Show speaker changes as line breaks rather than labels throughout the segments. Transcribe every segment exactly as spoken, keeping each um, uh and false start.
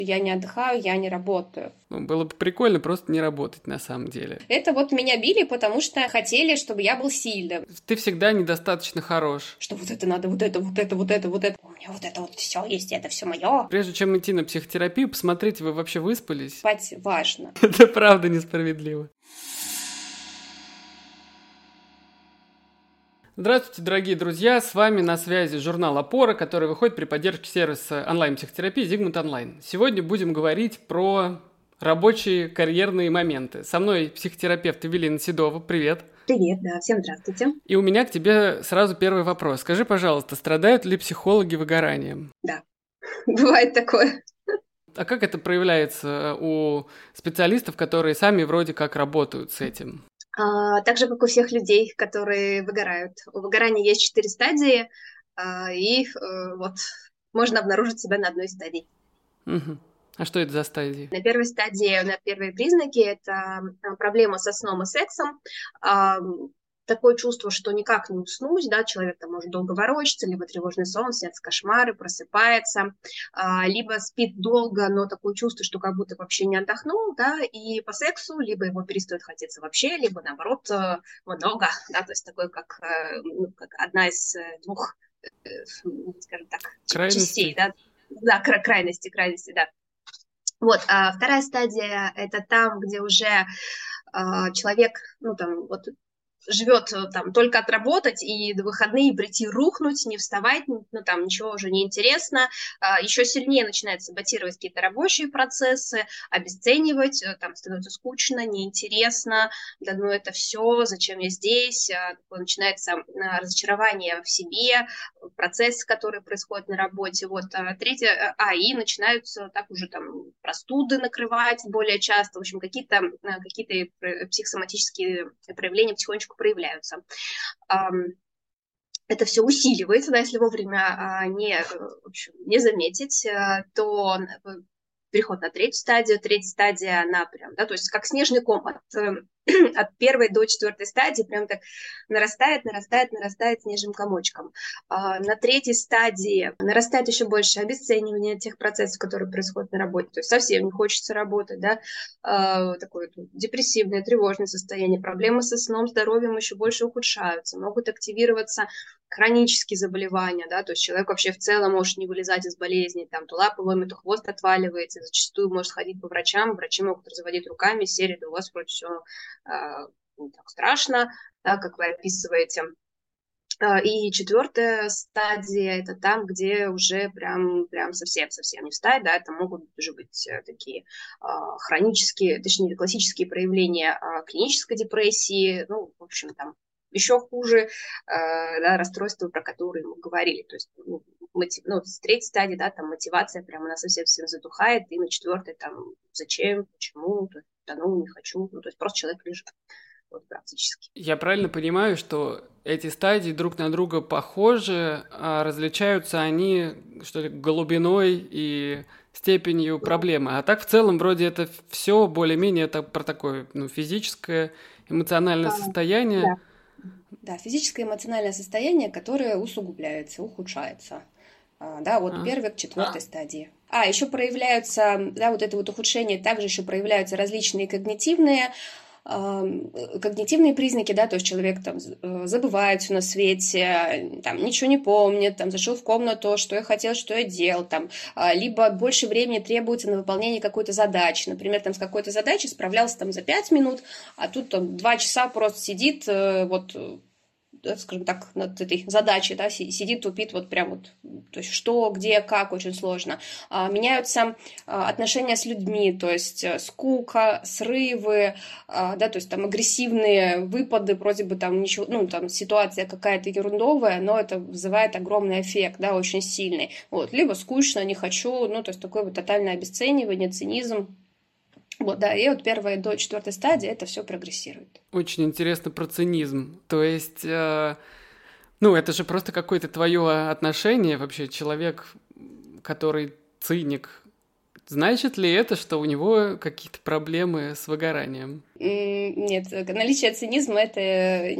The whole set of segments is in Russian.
я не отдыхаю, я не работаю.
Ну, было бы прикольно просто не работать на самом деле.
Это вот меня били, потому что хотели, чтобы я был сильным.
Ты всегда недостаточно хорош.
Что вот это надо, вот это, вот это, вот это, вот это. У меня вот это вот все есть, это все мое.
Прежде чем идти на психотерапию, посмотрите, вы вообще выспались?
Спать важно.
Это правда несправедливо. Здравствуйте, дорогие друзья! С вами на связи журнал «Опора», который выходит при поддержке сервиса онлайн-психотерапии Zigmund Online. Сегодня будем говорить про рабочие карьерные моменты. Со мной психотерапевт Эвелина Седова. Привет!
Привет, да, всем здравствуйте.
И у меня к тебе сразу первый вопрос. Скажи, пожалуйста, страдают ли психологи выгоранием?
Да, бывает такое.
А как это проявляется у специалистов, которые сами вроде как работают с этим?
А, так же, как у всех людей, которые выгорают. У выгорания есть четыре стадии, а, и а, вот можно обнаружить себя на одной стадии.
Угу. А что это за стадии?
На первой стадии, на первые признаки, это проблема со сном и сексом. А, такое чувство, что никак не уснуть, да, человек там может долго ворочаться, либо тревожный сон, снятся кошмары, просыпается, а, либо спит долго, но такое чувство, что как будто вообще не отдохнул, да, и по сексу, либо его перестает хотеться вообще, либо наоборот много, да, то есть такой как, ну, как одна из двух, скажем так,
крайности.
частей, да, да, крайности, крайности, да. Вот, а вторая стадия – это там, где уже а, человек, ну, там, вот, живет там только отработать и до выходных прийти рухнуть, не вставать, ну там ничего уже не интересно, еще сильнее начинает саботировать какие-то рабочие процессы, обесценивать, там становится скучно, неинтересно, да ну это все, зачем я здесь, начинается разочарование в себе, процессы, которые происходят на работе, вот, третье, а, и начинаются так уже там простуды накрывать более часто, в общем, какие-то, какие-то психосоматические проявления потихонечку проявляются. Это все усиливается, да, если вовремя не, в общем, не заметить, то переход на третью стадию, третья стадия, она прям, да, то есть как снежный ком от, от первой до четвертой стадии прям так нарастает, нарастает, нарастает снежным комочком. А на третьей стадии нарастает еще больше обесценивание тех процессов, которые происходят на работе, то есть совсем не хочется работать, да, а, такое депрессивное, тревожное состояние, проблемы со сном, здоровьем еще больше ухудшаются, могут активироваться хронические заболевания, да, то есть человек вообще в целом может не вылезать из болезни, там, то лапа ломит, то хвост отваливается, зачастую может ходить по врачам, врачи могут разводить руками, серии, да у вас вроде все э, не так страшно, да, как вы описываете. И четвертая стадия – это там, где уже прям, прям совсем-совсем не встать, да, это могут уже быть такие э, хронические, точнее, классические проявления э, клинической депрессии, ну, в общем, там, еще хуже, э, да, расстройства, про которые мы говорили. То есть ну, мотив, ну, с третьей стадии, да, там мотивация прямо она совсем-совсем затухает, и на четвертой там зачем, почему, да ну, не хочу, ну, то есть просто человек лежит. Вот, практически.
Я правильно понимаю, что эти стадии друг на друга похожи, а различаются они, что ли, глубиной и степенью проблемы. А так в целом вроде это все более-менее это про такое ну, физическое, эмоциональное а, состояние.
Да. Да, физическое эмоциональное состояние, которое усугубляется, ухудшается. Да, вот а. первой к четвертой а. стадии. А, еще проявляются, да, вот это вот ухудшение, также еще проявляются различные когнитивные, когнитивные признаки, да, то есть человек там забывает все на свете, там ничего не помнит, там зашел в комнату, что я хотел, что я делал, там, либо больше времени требуется на выполнение какой-то задачи, например, там с какой-то задачей справлялся там за пять минут, а тут там два часа просто сидит, вот, скажем так, над этой задачей, да, сидит, тупит, вот прям вот, то есть что, где, как, очень сложно. А, меняются а, отношения с людьми, то есть скука, срывы, а, да, то есть там агрессивные выпады, вроде бы там ничего, ну, там ситуация какая-то ерундовая, но это вызывает огромный эффект, да, очень сильный. Вот, либо скучно, не хочу, ну, то есть такое вот тотальное обесценивание, цинизм. Вот, да, и от первой до четвертой стадии это все прогрессирует.
Очень интересно про цинизм. То есть, э, ну, это же просто какое-то твое отношение, вообще человек, который циник. Значит ли это, что у него какие-то проблемы с выгоранием?
Нет, наличие цинизма – это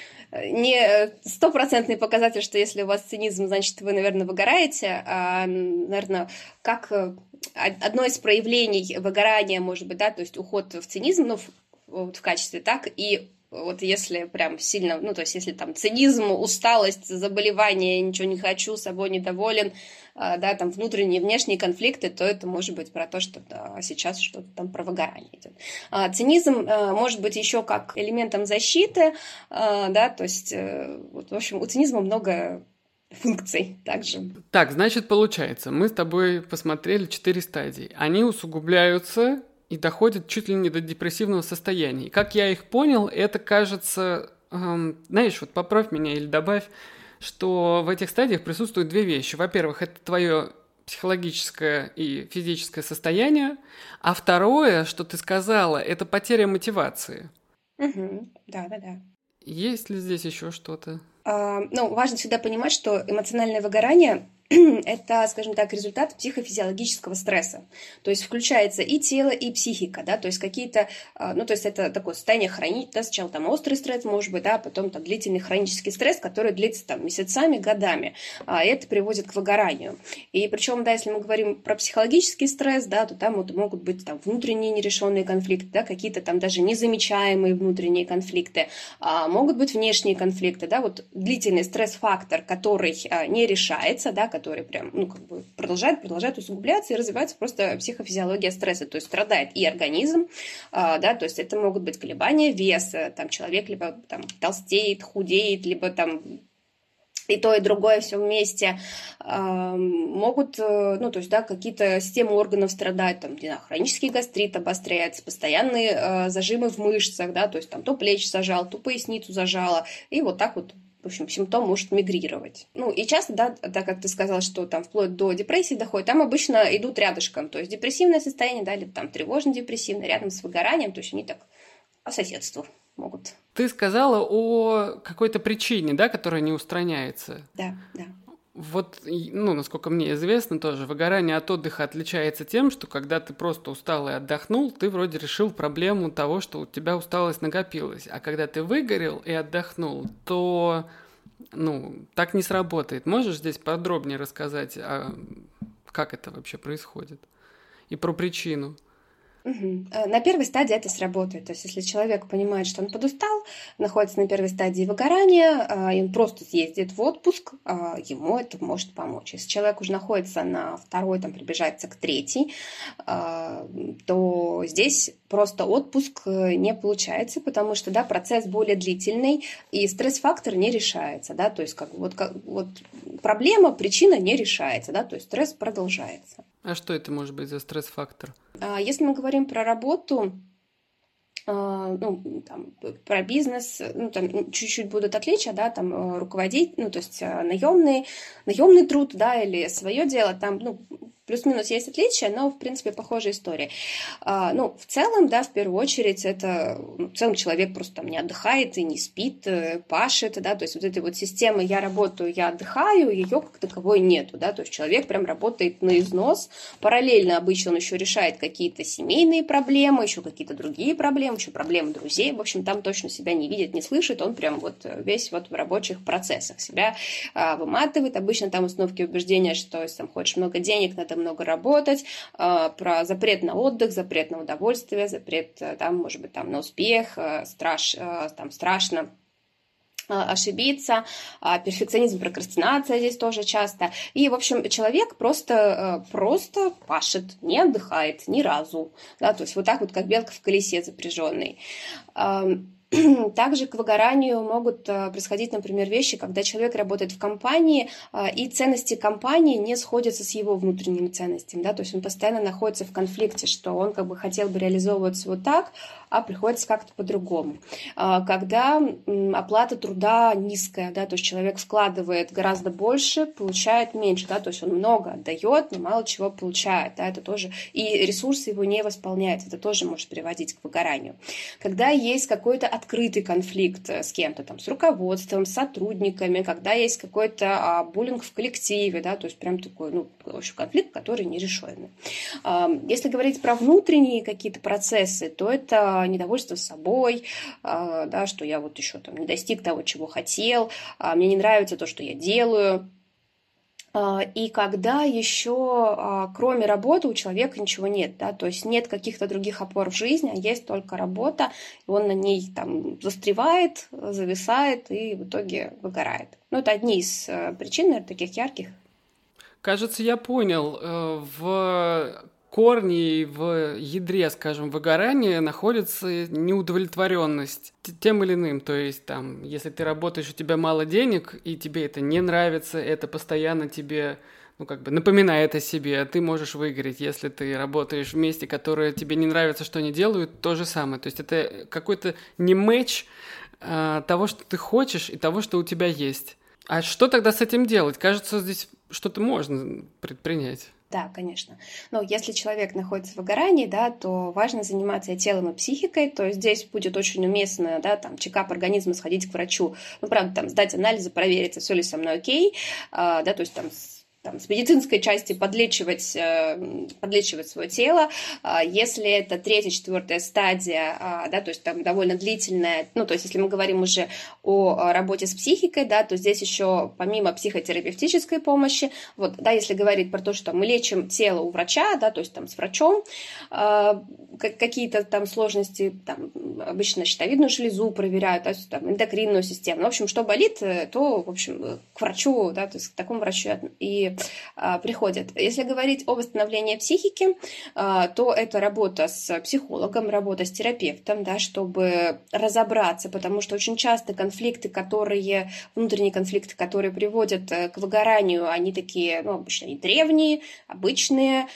не стопроцентный показатель, что если у вас цинизм, значит, вы, наверное, выгораете, а, наверное, как одно из проявлений выгорания, может быть, да, то есть уход в цинизм, ну, в, вот в качестве, так, и вот если прям сильно, ну, то есть если там цинизм, усталость, заболевание, ничего не хочу, собой недоволен, да, там внутренние и внешние конфликты, то это может быть про то, что да, сейчас что-то там про выгорание идет. А цинизм может быть еще как элементом защиты, да, то есть, вот, в общем, у цинизма много функций также.
Так, значит, получается, мы с тобой посмотрели четыре стадии. Они усугубляются и доходят чуть ли не до депрессивного состояния. И как я их понял, это кажется, эм, знаешь, вот поправь меня или добавь, что в этих стадиях присутствуют две вещи. Во-первых, это твое психологическое и физическое состояние, а второе, что ты сказала, это потеря мотивации.
Угу. Да, да, да.
Есть ли здесь еще что-то?
А, ну, важно всегда понимать, что эмоциональное выгорание это, скажем так, результат психофизиологического стресса. То есть включается и тело, и психика, да, то есть какие-то, ну, то есть это такое состояние хронить, да, сначала там острый стресс, может быть, да, потом там длительный хронический стресс, который длится там месяцами, годами, а это приводит к выгоранию. И причем, да, если мы говорим про психологический стресс, да, то там вот могут быть там внутренние нерешенные конфликты, да, какие-то там даже незамечаемые внутренние конфликты, а могут быть внешние конфликты, да, вот длительный стресс-фактор, который а, не решается, да, который прям, ну, как бы продолжает, продолжает усугубляться и развивается просто психофизиология стресса, то есть страдает и организм, а, да, то есть это могут быть колебания веса, там человек либо там толстеет, худеет, либо там и то, и другое все вместе, а, могут, ну, то есть, да, какие-то системы органов страдать, там, не знаю, хронический гастрит обостряется, постоянные а, зажимы в мышцах, да, то есть там то плечи зажал, то поясницу зажало, и вот так вот. В общем, симптом может мигрировать. Ну, и часто, да, так как ты сказала, что там вплоть до депрессии доходит, там обычно идут рядышком. То есть депрессивное состояние, да, или там тревожно-депрессивное, рядом с выгоранием, то есть они так по соседству могут.
Ты сказала о какой-то причине, да, которая не устраняется.
Да, да.
Вот, ну, насколько мне известно тоже, выгорание от отдыха отличается тем, что когда ты просто устал и отдохнул, ты вроде решил проблему того, что у тебя усталость накопилась. А когда ты выгорел и отдохнул, то, ну, так не сработает. Можешь здесь подробнее рассказать, а как это вообще происходит? И про причину.
Угу. На первой стадии это сработает. То есть, если человек понимает, что он подустал, находится на первой стадии выгорания, и он просто съездит в отпуск, ему это может помочь. Если человек уже находится на второй, там, приближается к третьей, то здесь просто отпуск не получается, потому что, да, процесс более длительный, и стресс-фактор не решается, да, то есть, как, вот, как, вот проблема, причина не решается, да, то есть стресс продолжается.
А что это может быть за стресс-фактор?
Если мы говорим про работу, ну, там, про бизнес, ну, там чуть-чуть будут отличия, да, там руководить, ну, то есть наемный, наемный труд, да, или свое дело, там, ну, плюс-минус есть отличия, но, в принципе, похожая история. А, ну, в целом, да, в первую очередь, это ну, в целом человек просто там не отдыхает и не спит, пашет, да, то есть вот этой вот системы «я работаю, я отдыхаю», ее как таковой нету, да, то есть человек прям работает на износ, параллельно обычно он еще решает какие-то семейные проблемы, еще какие-то другие проблемы, еще проблемы друзей, в общем, там точно себя не видит, не слышит, он прям вот весь вот в рабочих процессах себя а, выматывает, обычно там установки убеждения, что если там хочешь много денег, надо много работать, про запрет на отдых, запрет на удовольствие, запрет, там, может быть, там, на успех, страш, там, страшно ошибиться, перфекционизм, прокрастинация здесь тоже часто. И, в общем, человек просто, просто пашет, не отдыхает ни разу. Да, то есть вот так вот, как белка в колесе запряженной. Также к выгоранию могут происходить, например, вещи, когда человек работает в компании, и ценности компании не сходятся с его внутренними ценностями. Да? То есть он постоянно находится в конфликте, что он как бы хотел бы реализовываться вот так, а приходится как-то по-другому. Когда оплата труда низкая, да, то есть человек вкладывает гораздо больше, получает меньше, да, то есть он много отдает, но мало чего получает, да, это тоже, и ресурсы его не восполняют, это тоже может приводить к выгоранию. Когда есть какой-то открытый конфликт с кем-то, там, с руководством, с сотрудниками, когда есть какой-то а, буллинг в коллективе, да, то есть прям такой, ну, в общем, конфликт, который нерешенный. А, если говорить про внутренние какие-то процессы, то это недовольство собой, а, да, что я вот еще там не достиг того, чего хотел, а, мне не нравится то, что я делаю. и когда еще кроме работы у человека ничего нет, да, то есть нет каких-то других опор в жизни, а есть только работа, и он на ней там застревает, зависает и в итоге выгорает. Ну, это одни из причин, наверное, таких ярких.
Кажется, я понял. В корне и в ядре, скажем, выгорания находится неудовлетворенность тем или иным. То есть, там, если ты работаешь, у тебя мало денег, и тебе это не нравится, это постоянно тебе, ну, как бы напоминает о себе, ты можешь выгореть. Если ты работаешь в месте, которое тебе не нравится, что они делают, то же самое. То есть, это какой-то не матч а, того, что ты хочешь, и того, что у тебя есть. А что тогда с этим делать? Кажется, здесь что-то можно предпринять.
Да, конечно. Но если человек находится в выгорании, да, то важно заниматься и телом, и психикой. То есть здесь будет очень уместно, да, там, чекап организма, сходить к врачу. Ну, правда, там, сдать анализы, проверить, все ли со мной окей, а, да, то есть там Там, с медицинской части подлечивать, подлечивать свое тело. Если это третья, четвертая стадия, да, то есть там довольно длительная, ну, то есть если мы говорим уже о работе с психикой, да, то здесь еще помимо психотерапевтической помощи, вот, да, если говорить про то, что мы лечим тело у врача, да, то есть там с врачом, какие-то там сложности, там, обычно щитовидную железу проверяют, да, там, эндокринную систему. В общем, что болит, то, в общем, к врачу, да, то есть к такому врачу и приходят. Если говорить о восстановлении психики, то это работа с психологом, работа с терапевтом, да, чтобы разобраться, потому что очень часто конфликты, которые, внутренние конфликты, которые приводят к выгоранию, они такие, ну, обычно и древние, обычные,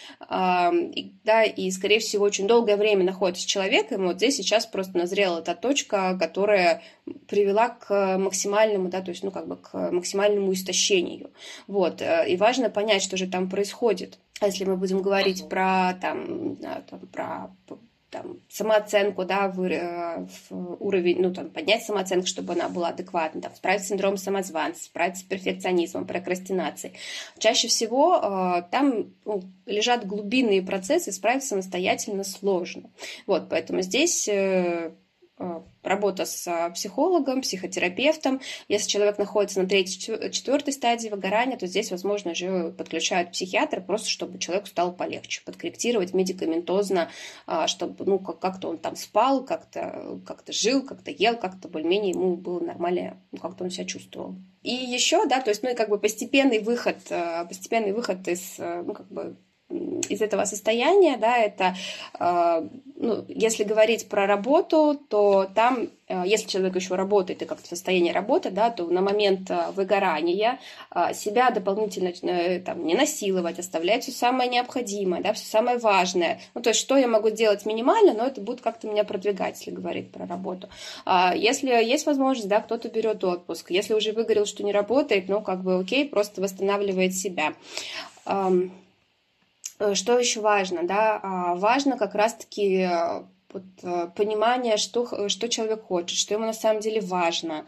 и, да, и, скорее всего, очень долгое время находятся с человеком, и вот здесь сейчас просто назрела та точка, которая привела к максимальному, да, то есть, ну, как бы к максимальному истощению. Вот. И важно понять, что же там происходит. А если мы будем говорить uh-huh. про, там, да, там, про там, самооценку, да, в, в уровень, ну, там, поднять самооценку, чтобы она была адекватной, там, справиться с синдромом самозванца, справиться с перфекционизмом, прокрастинацией. Чаще всего э, там ну, лежат глубинные процессы, справиться самостоятельно сложно. Вот, поэтому здесь... Э, работа с психологом, психотерапевтом. Если человек находится на третьей, четвертой стадии выгорания, то здесь, возможно, же подключают психиатра, просто чтобы человеку стало полегче, подкорректировать медикаментозно, чтобы ну, как-то он там спал, как-то, как-то жил, как-то ел, как-то более-менее ему было нормально, ну, как-то он себя чувствовал. И еще, да, то есть, ну, и как бы постепенный выход, постепенный выход из, ну, как бы, из этого состояния, да, это, э, ну, если говорить про работу, то там, э, если человек еще работает и как-то в состоянии работы, да, то на момент выгорания э, себя дополнительно э, там, не насиловать, оставлять все самое необходимое, да, все самое важное. Ну, то есть, что я могу делать минимально, но это будет как-то меня продвигать, если говорить про работу. А если есть возможность, да, кто-то берет отпуск. Если уже выгорел, что не работает, ну, как бы окей, просто восстанавливает себя. Эм, Что еще важно? Да? Важно как раз-таки вот, понимание, что, что человек хочет, что ему на самом деле важно.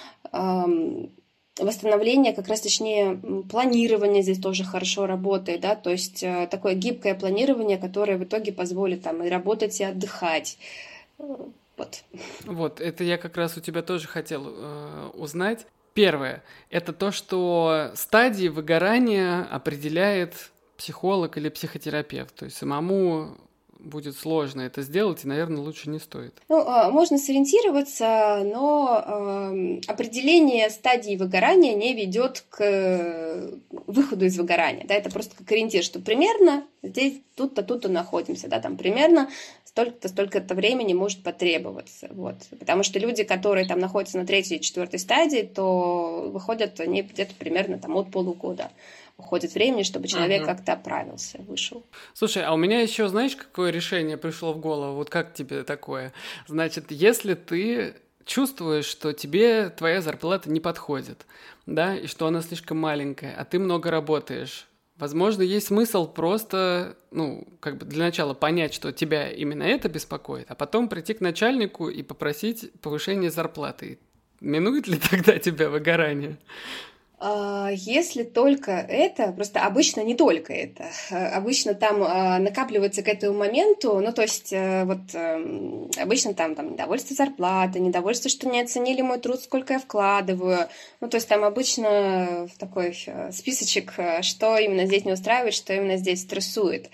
Восстановление, как раз точнее планирование здесь тоже хорошо работает, да, то есть такое гибкое планирование, которое в итоге позволит там и работать, и отдыхать. Вот.
Вот, это я как раз у тебя тоже хотел э, узнать. Первое, это то, что стадии выгорания определяет психолог или психотерапевт. То есть самому будет сложно это сделать, и, наверное, лучше не стоит.
Ну, можно сориентироваться, но определение стадии выгорания не ведет к выходу из выгорания. Да? Это просто как ориентир, что примерно здесь, тут-то, тут-то находимся. Да? Там примерно столько-то, столько-то времени может потребоваться. Вот. Потому что люди, которые там находятся на третьей, четвертой стадии, то выходят они где-то примерно там, от полугода. Уходит времени, чтобы человек uh-huh. как-то оправился, вышел.
Слушай, а у меня еще, знаешь, какое решение пришло в голову? Вот как тебе такое? Значит, если ты чувствуешь, что тебе твоя зарплата не подходит, да, и что она слишком маленькая, а ты много работаешь, возможно, есть смысл просто, ну, как бы для начала понять, что тебя именно это беспокоит, а потом прийти к начальнику и попросить повышения зарплаты. Минует ли тогда тебя выгорание?
Если только это, просто обычно не только это, обычно там накапливается к этому моменту, ну, то есть вот обычно там, там недовольство зарплаты, недовольство, что не оценили мой труд, сколько я вкладываю, ну, то есть там обычно такой списочек, что именно здесь не устраивает, что именно здесь стрессует.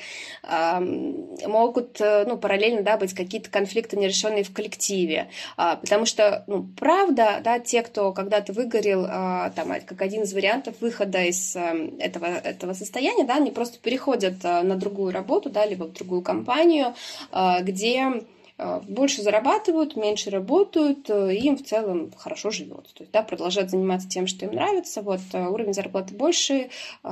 Могут, ну, параллельно, да, быть какие-то конфликты нерешенные в коллективе, потому что, ну, правда, да, те, кто когда-то выгорел, там, как один из вариантов выхода из этого, этого состояния, да, они просто переходят на другую работу, да, либо в другую компанию, где больше зарабатывают, меньше работают, и им в целом хорошо живет. То есть, да, продолжают заниматься тем, что им нравится, вот, уровень зарплаты больше,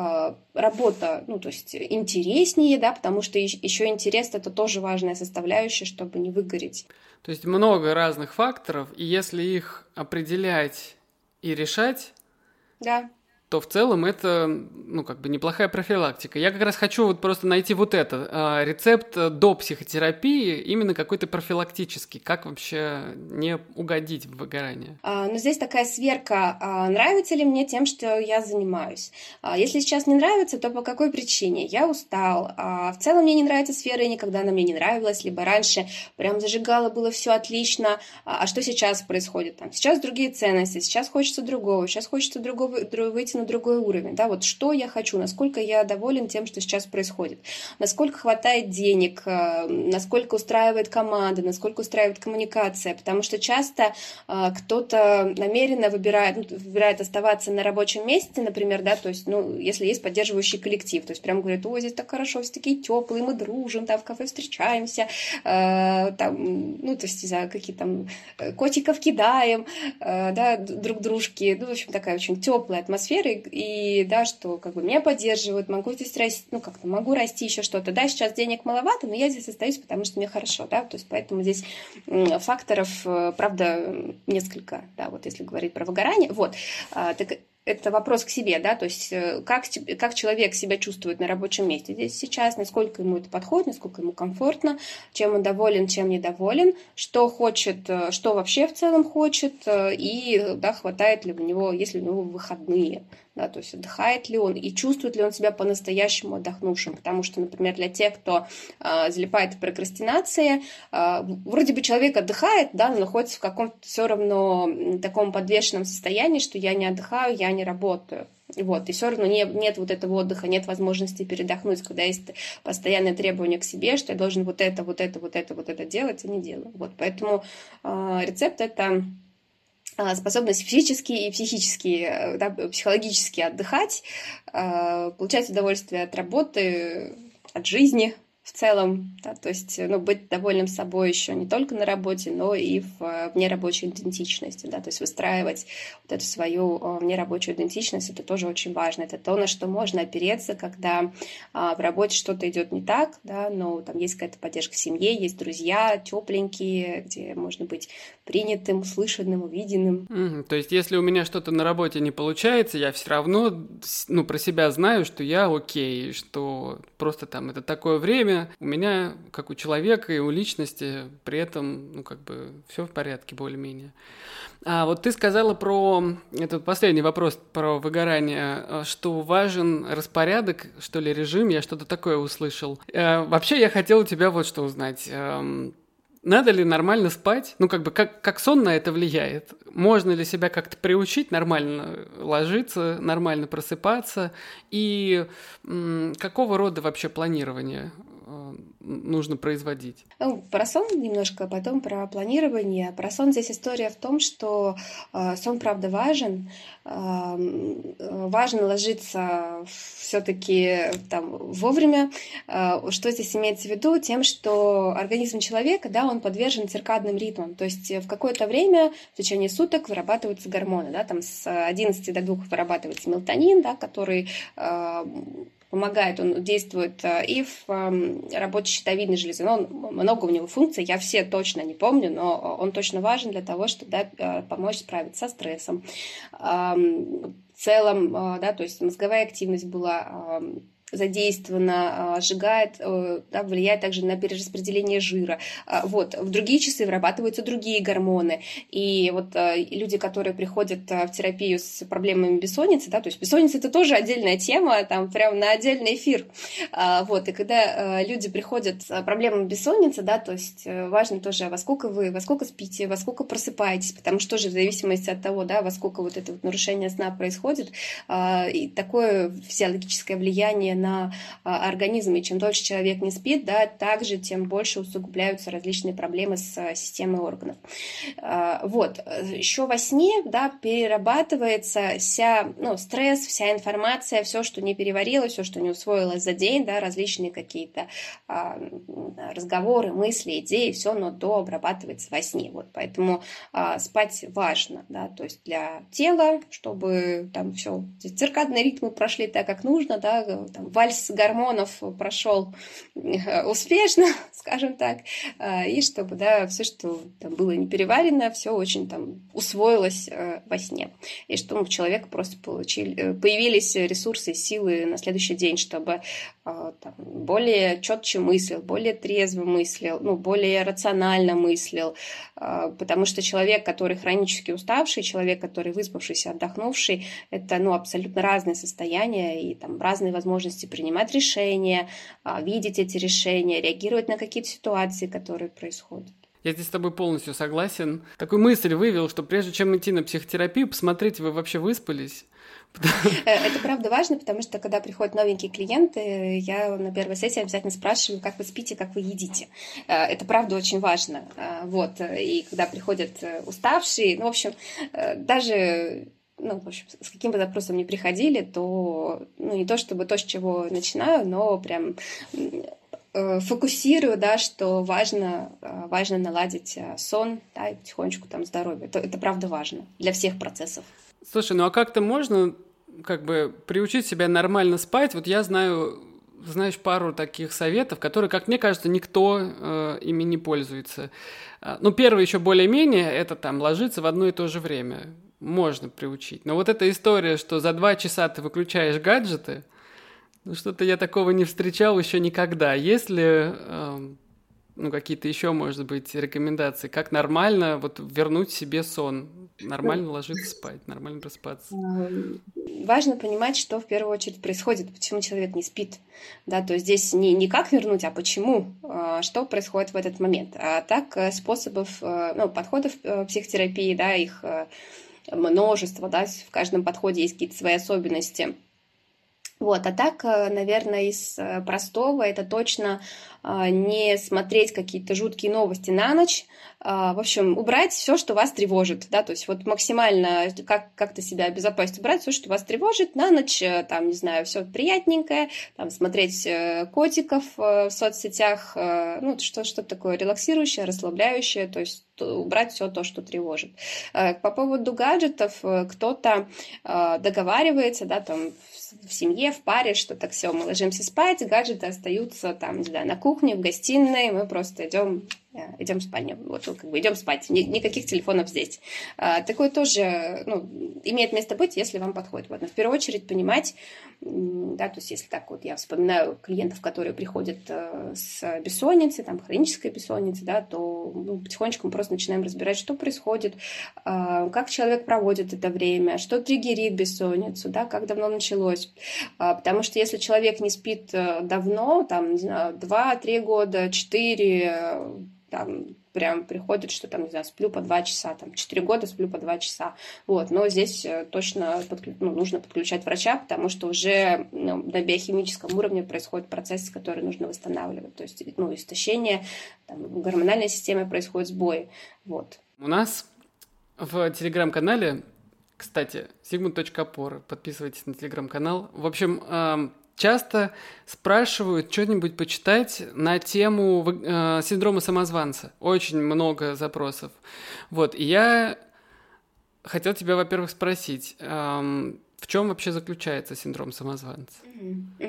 работа, ну, то есть интереснее, да, потому что еще интерес – это тоже важная составляющая, чтобы не выгореть.
То есть много разных факторов, и если их определять и решать,
да,
то в целом это, ну, как бы неплохая профилактика. Я как раз хочу вот просто найти вот это, э, рецепт до психотерапии, именно какой-то профилактический, как вообще не угодить в выгорание.
А, но здесь такая сверка, а, нравится ли мне тем, что я занимаюсь. А, если сейчас не нравится, то по какой причине? Я устал, а, в целом мне не нравится сфера, и никогда она мне не нравилась, либо раньше прям зажигала, было все отлично, а, а что сейчас происходит? Там, сейчас другие ценности, сейчас хочется другого, сейчас хочется другого, выйти на другой уровень, да, вот что я хочу, насколько я доволен тем, что сейчас происходит, насколько хватает денег, насколько устраивает команда, насколько устраивает коммуникация, потому что часто э, кто-то намеренно выбирает, ну, выбирает оставаться на рабочем месте, например, да, то есть, ну, если есть поддерживающий коллектив, то есть прям говорят, ой, здесь так хорошо, все такие теплые, мы дружим, там в кафе встречаемся, э, там, ну, то есть за какие там котиков кидаем, э, да, друг дружке, ну, в общем, такая очень теплая атмосфера, и, да, что как бы меня поддерживают, могу здесь расти, ну, как-то могу расти еще что-то, да, сейчас денег маловато, но я здесь остаюсь, потому что мне хорошо, да, то есть поэтому здесь факторов, правда, несколько, да, вот если говорить про выгорание, вот, так это вопрос к себе, да, то есть как, как человек себя чувствует на рабочем месте здесь сейчас, насколько ему это подходит, насколько ему комфортно, чем он доволен, чем недоволен, что хочет, что вообще в целом хочет, и, да, хватает ли у него, если у него выходные, да, то есть отдыхает ли он и чувствует ли он себя по-настоящему отдохнувшим, потому что, например, для тех, кто э, залипает в прокрастинации, э, вроде бы человек отдыхает, да, но находится в каком-то все равно таком подвешенном состоянии, что я не отдыхаю, я не работаю. Вот, и все равно не, нет вот этого отдыха, нет возможности передохнуть, когда есть постоянное требование к себе, что я должен вот это, вот это, вот это, вот это делать, а не делаю. Вот, поэтому э, рецепт это способность физически и психически, да, психологически отдыхать, получать удовольствие от работы, от жизни в целом, да, то есть, ну, быть довольным собой еще не только на работе, но и в внерабочей идентичности, да, то есть выстраивать вот эту свою внерабочую идентичность, это тоже очень важно, это то, на что можно опереться, когда а, в работе что-то идет не так, да, но там есть какая-то поддержка в семье, есть друзья тепленькие, где можно быть принятым, услышанным, увиденным.
Mm-hmm. То есть, если у меня что-то на работе не получается, я все равно, ну, про себя знаю, что я окей, что просто там это такое время, у меня, как у человека и у личности, при этом, ну, как бы, все в порядке более-менее. А вот ты сказала про, этот последний вопрос про выгорание, что важен распорядок, что ли, режим, я что-то такое услышал. Э, вообще, я хотел у тебя вот что узнать. Э, Надо ли нормально спать? Ну, как бы, как, как сон на это влияет? Можно ли себя как-то приучить нормально ложиться, нормально просыпаться? И м, какого рода вообще планирование нужно производить?
Ну, про сон немножко, потом про планирование. Про сон здесь история в том, что э, сон, правда, важен. Э, важно ложиться все-таки там вовремя. Э, что здесь имеется в виду? Тем, что организм человека, да, он подвержен циркадным ритмам. То есть в какое-то время в течение суток вырабатываются гормоны. Да, там с одиннадцати до двух вырабатывается мелатонин, да, который э, помогает, он действует и в работе щитовидной железы. Но много у него функций, я все точно не помню, но он точно важен для того, чтобы, да, помочь справиться со стрессом. В целом, да, то есть мозговая активность была задействовано, сжигает, да, влияет также на перераспределение жира. Вот. В другие часы вырабатываются другие гормоны. И вот люди, которые приходят в терапию с проблемами бессонницы, да, то есть бессонница — это тоже отдельная тема, там прям на отдельный эфир. Вот. И когда люди приходят с проблемами бессонницы, да, то есть важно тоже, во сколько вы, во сколько спите, во сколько просыпаетесь, потому что тоже в зависимости от того, да, во сколько вот это вот нарушение сна происходит, и такое физиологическое влияние на организм, и чем дольше человек не спит, да, также тем больше усугубляются различные проблемы с системой органов. Вот. Еще во сне, да, перерабатывается вся, ну, стресс, вся информация, все, что не переварилось, все, что не усвоилось за день, да, различные какие-то а, разговоры, мысли, идеи, все, но дообрабатывается во сне. Вот. Поэтому а, спать важно, да, то есть для тела, чтобы там все, циркадные ритмы прошли так, как нужно, да, там, вальс гормонов прошел успешно, скажем так, и чтобы, да, все, что там было не переварено, все очень там усвоилось во сне, и чтобы у человека просто получили, появились ресурсы, силы на следующий день, чтобы там, более четче мыслил, более трезво мыслил, ну, более рационально мыслил, потому что человек, который хронически уставший, человек, который выспавшийся, отдохнувший, это, ну, абсолютно разные состояния и там разные возможности принимать решения, видеть эти решения, реагировать на какие-то ситуации, которые происходят.
Я здесь с тобой полностью согласен. Такую мысль вывел, что прежде чем идти на психотерапию, посмотрите, вы вообще выспались?
Это правда важно, потому что когда приходят новенькие клиенты, я на первой сессии обязательно спрашиваю, как вы спите, как вы едите. Это правда очень важно. Вот. И когда приходят уставшие, ну, в общем, даже... ну, в общем, с каким бы запросом ни приходили, то, ну, не то чтобы то, с чего начинаю, но прям э, фокусирую, да, что важно, э, важно наладить сон, да, и потихонечку там здоровье. Это, это правда важно для всех процессов.
Слушай, ну а как-то можно как бы приучить себя нормально спать? Вот я знаю, знаешь, пару таких советов, которые, как мне кажется, никто э, ими не пользуется. Ну, первый еще более-менее, это там ложиться в одно и то же время. Можно приучить. Но вот эта история, что за два часа ты выключаешь гаджеты, ну, что-то я такого не встречал еще никогда. Есть ли э, ну, какие-то еще, может быть, рекомендации, как нормально вот вернуть себе сон, нормально ложиться спать, нормально просыпаться?
Важно понимать, что в первую очередь происходит, почему человек не спит. Да, то есть здесь не, не как вернуть, а почему, что происходит в этот момент. А так способов, ну, подходов психотерапии, да, их множество, да, в каждом подходе есть какие-то свои особенности. Вот, а так, наверное, из простого это точно не смотреть какие-то жуткие новости на ночь, в общем, убрать все, что вас тревожит, да, то есть вот максимально как- как-то себя обезопасить, убрать все, что вас тревожит на ночь, там, не знаю, все приятненькое, там, смотреть котиков в соцсетях, ну, что, что такое релаксирующее, расслабляющее, то есть убрать все то, что тревожит. По поводу гаджетов, кто-то договаривается, да, там, в семье, в паре, что так все, мы ложимся спать, гаджеты остаются там, не знаю, на кухне, в гостиной, мы просто идем, идем в спальню, вот, ну, как бы идем спать, Ни, никаких телефонов здесь. А, такое тоже, ну, имеет место быть, если вам подходит. Вот, но в первую очередь понимать, да, то есть если так вот я вспоминаю клиентов, которые приходят с бессонницей, там, хронической бессонницей, да, то ну, потихонечку мы просто начинаем разбирать, что происходит, как человек проводит это время, что триггерит бессонницу, да, как давно началось. Потому что если человек не спит давно, там, не знаю, два-три года, четыре, там, прям приходит, что там, не знаю, сплю по два часа, там, четыре года сплю по два часа. Вот, но здесь точно подклю... ну, нужно подключать врача, потому что уже ну, на биохимическом уровне происходят процессы, которые нужно восстанавливать. То есть, ну, истощение, там, в гормональной системе происходят сбои. Вот.
У нас в телеграм-канале, кстати, sigmund точка опора, подписывайтесь на телеграм-канал. В общем, часто спрашивают что-нибудь почитать на тему э, синдрома самозванца. Очень много запросов. Вот, и я хотел тебя, во-первых, спросить, э, в чем вообще заключается синдром самозванца?
Mm-hmm. Mm-hmm.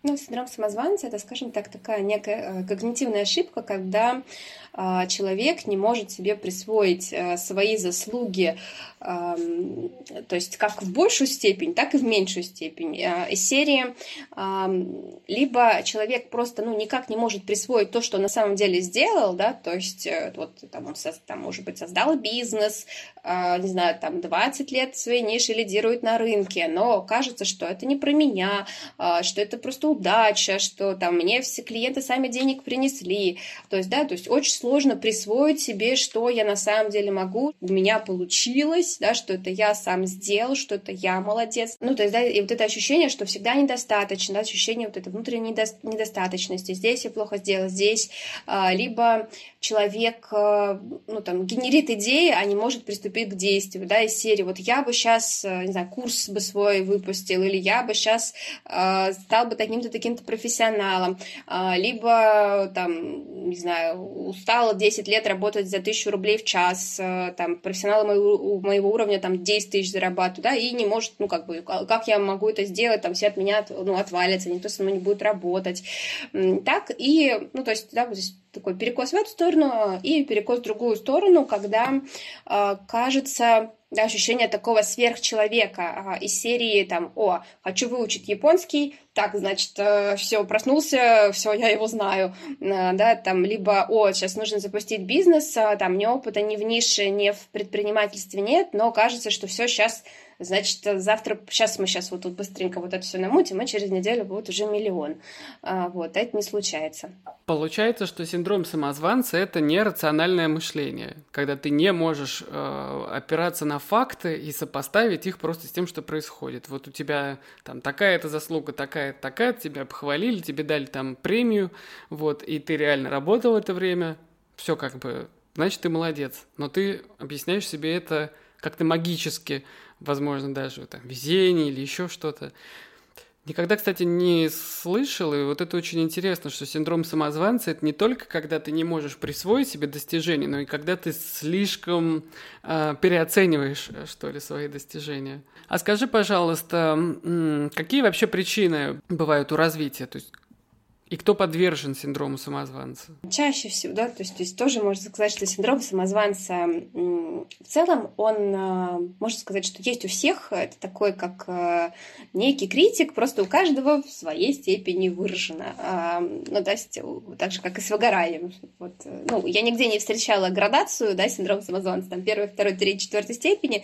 Ну, синдром самозванца — это, скажем так, такая некая когнитивная ошибка, когда а, человек не может себе присвоить а, свои заслуги, а, то есть как в большую степень, так и в меньшую степень. А, из серии а, либо человек просто, ну, никак не может присвоить то, что он на самом деле сделал, да, то есть вот там он, там, может быть, создал бизнес, а, не знаю, там двадцать лет своей ниши лидирует на рынке, но кажется, что это не про меня, а, что это просто удача, что там мне все клиенты сами денег принесли. То есть, да, то есть очень сложно присвоить себе, что я на самом деле могу, у меня получилось, да, что это я сам сделал, что это я молодец. Ну, то есть, да, и вот это ощущение, что всегда недостаточно, да, ощущение вот этой внутренней недо- недостаточности. Здесь я плохо сделал, здесь. А, либо человек, а, ну, там, генерит идеи, а не может приступить к действию, да, из серии, вот я бы сейчас, не знаю, курс бы свой выпустил, или я бы сейчас а, стал бы таким таким-то профессионалом, либо, там, не знаю, устал десять лет работать за тысячу рублей в час, там, профессионалы моего, моего уровня, там, десять тысяч зарабатывают, да, и не может, ну, как бы, как я могу это сделать, там, все от меня, ну, отвалятся, никто со мной не будет работать. Так, и, ну, то есть, да, вот здесь такой перекос в эту сторону и перекос в другую сторону, когда э, кажется, да, ощущение такого сверхчеловека э, из серии там, о, хочу выучить японский, так, значит, э, все, проснулся, все, я его знаю, э, да, там, либо, о, сейчас нужно запустить бизнес, э, там, ни опыта ни в нише, ни в предпринимательстве нет, но кажется, что все сейчас, значит, завтра, сейчас мы сейчас вот тут быстренько вот это все намутим, и через неделю будет уже миллион. А, вот, это не случается.
Получается, что синдром самозванца – это нерациональное мышление, когда ты не можешь э, опираться на факты и сопоставить их просто с тем, что происходит. Вот у тебя там такая-то заслуга, такая-то, такая-то, тебя похвалили, тебе дали там премию, вот, и ты реально работал это время, все как бы, значит, ты молодец. Но ты объясняешь себе это как-то магически, возможно, даже там, везение или еще что-то. Никогда, кстати, не слышал, и вот это очень интересно, что синдром самозванца – это не только когда ты не можешь присвоить себе достижения, но и когда ты слишком э, переоцениваешь, что ли, свои достижения. А скажи, пожалуйста, какие вообще причины бывают у развития? То есть и кто подвержен синдрому самозванца?
Чаще всего, да, то есть, то есть тоже можно сказать, что синдром самозванца в целом, он, можно сказать, что есть у всех, это такой как некий критик, просто у каждого в своей степени выражено. Ну, то есть, так же, как и с выгоранием. Вот, ну, я нигде не встречала градацию, да, синдром самозванца, там, первой, второй, третьей, четвертой степени,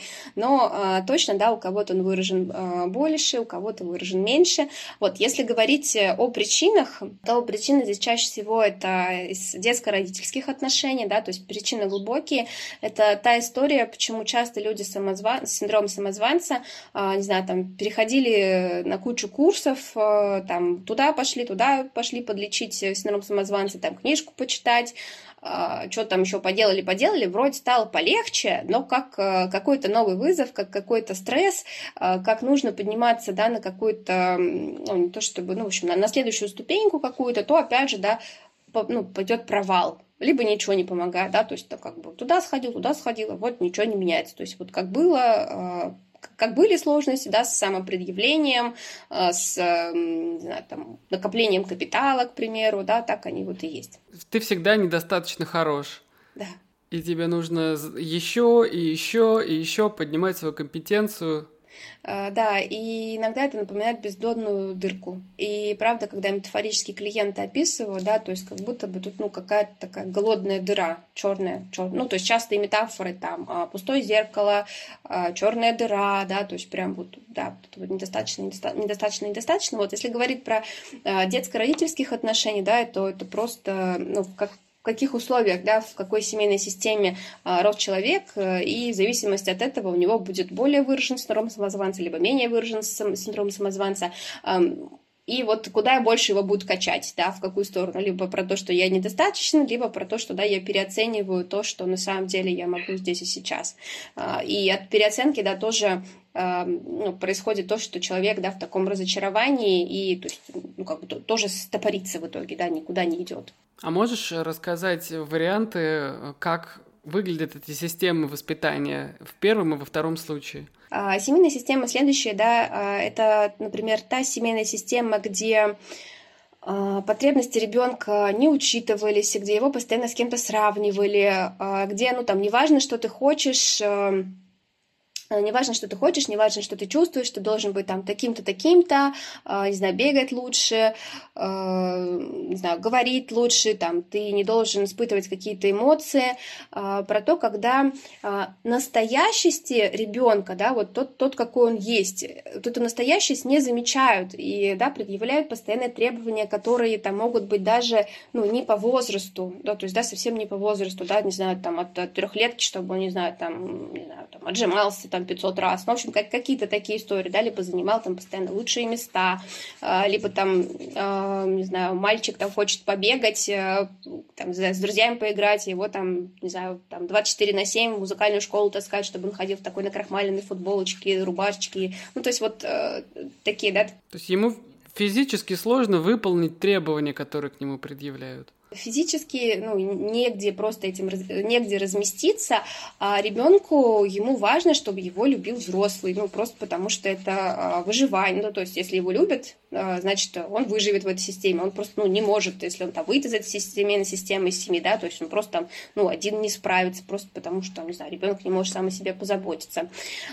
но точно, да, у кого-то он выражен больше, у кого-то выражен меньше. Вот, если говорить о причинах, то причина здесь чаще всего это из детско-родительских отношений, да, то есть причины глубокие. Это та история, почему часто люди самозван... с синдромом самозванца, э, не знаю, там, переходили на кучу курсов, э, там, туда пошли, туда пошли подлечить синдром самозванца, там, книжку почитать, Uh, что там еще поделали, поделали, вроде стало полегче, но как uh, какой-то новый вызов, как какой-то стресс, uh, как нужно подниматься, да, на какую-то, ну, не то чтобы, ну, в общем, на, на следующую ступеньку какую-то, то, опять же, да, по, ну, пойдет провал, либо ничего не помогает, да, то есть, то, как бы, туда сходил, туда сходила, вот, ничего не меняется, то есть, вот, как было, uh, как были сложности, да, с самопредъявлением, с, не знаю, там, накоплением капитала, к примеру, да, так они вот и есть.
Ты всегда недостаточно хорош.
Да.
И тебе нужно еще и еще и еще поднимать свою компетенцию.
Uh, да, и иногда это напоминает бездонную дырку. И правда, когда я метафорически клиента описываю, да, то есть как будто бы тут, ну, какая-то такая голодная дыра, черная, черная. Ну, то есть частые метафоры там, пустое зеркало, черная дыра, да, то есть прям вот, да, вот недостаточно, недостаточно, недостаточно. Вот если говорить про детско-родительских отношений, да, то это просто, ну, как в каких условиях, да, в какой семейной системе а, рос человек, и в зависимости от этого у него будет более выражен синдром самозванца, либо менее выражен синдром самозванца. И вот куда больше его будут качать, да, в какую сторону, либо про то, что я недостаточно, либо про то, что, да, я переоцениваю то, что на самом деле я могу здесь и сейчас. И от переоценки, да, тоже ну, происходит то, что человек, да, в таком разочаровании и, то есть, ну, как бы тоже стопорится в итоге, да, никуда не идет.
А можешь рассказать варианты, как выглядят эти системы воспитания в первом и во втором случае?
Семейная система следующая, да, это, например, та семейная система, где потребности ребенка не учитывались, где его постоянно с кем-то сравнивали, где, ну, там, неважно, что ты хочешь, неважно, что ты хочешь, неважно, что ты чувствуешь, ты должен быть там таким-то, таким-то, не знаю, бегать лучше, не знаю, говорить лучше, там, ты не должен испытывать какие-то эмоции, про то, когда настоящести ребенка, да, вот тот, тот, какой он есть, вот эту настоящесть не замечают и, да, предъявляют постоянные требования, которые там могут быть даже, ну, не по возрасту, да, то есть, да, совсем не по возрасту, да, не знаю, там, от, от трехлетки, чтобы он, не знаю, там, не знаю, там, отжимался, там, пятьсот раз, ну, в общем, как, какие-то такие истории, да, либо занимал там постоянно лучшие места, либо там, не знаю, мальчик там хочет побегать, там, не знаю, с друзьями поиграть, его там, не знаю, там двадцать четыре на семь в музыкальную школу таскать, чтобы он ходил в такой накрахмаленной футболочке, рубашечке, ну, то есть вот такие, да.
То есть ему физически сложно выполнить требования, которые к нему предъявляют?
Физически, ну, негде просто этим, негде разместиться, а ребенку, ему важно, чтобы его любил взрослый, ну, просто потому что это выживание, ну, то есть, если его любят, значит, он выживет в этой системе, он просто, ну, не может, если он там выйдет из этой семейной системы, из семьи, да, то есть, он просто там, ну, один не справится, просто потому что, не знаю, ребенок не может сам о себе позаботиться.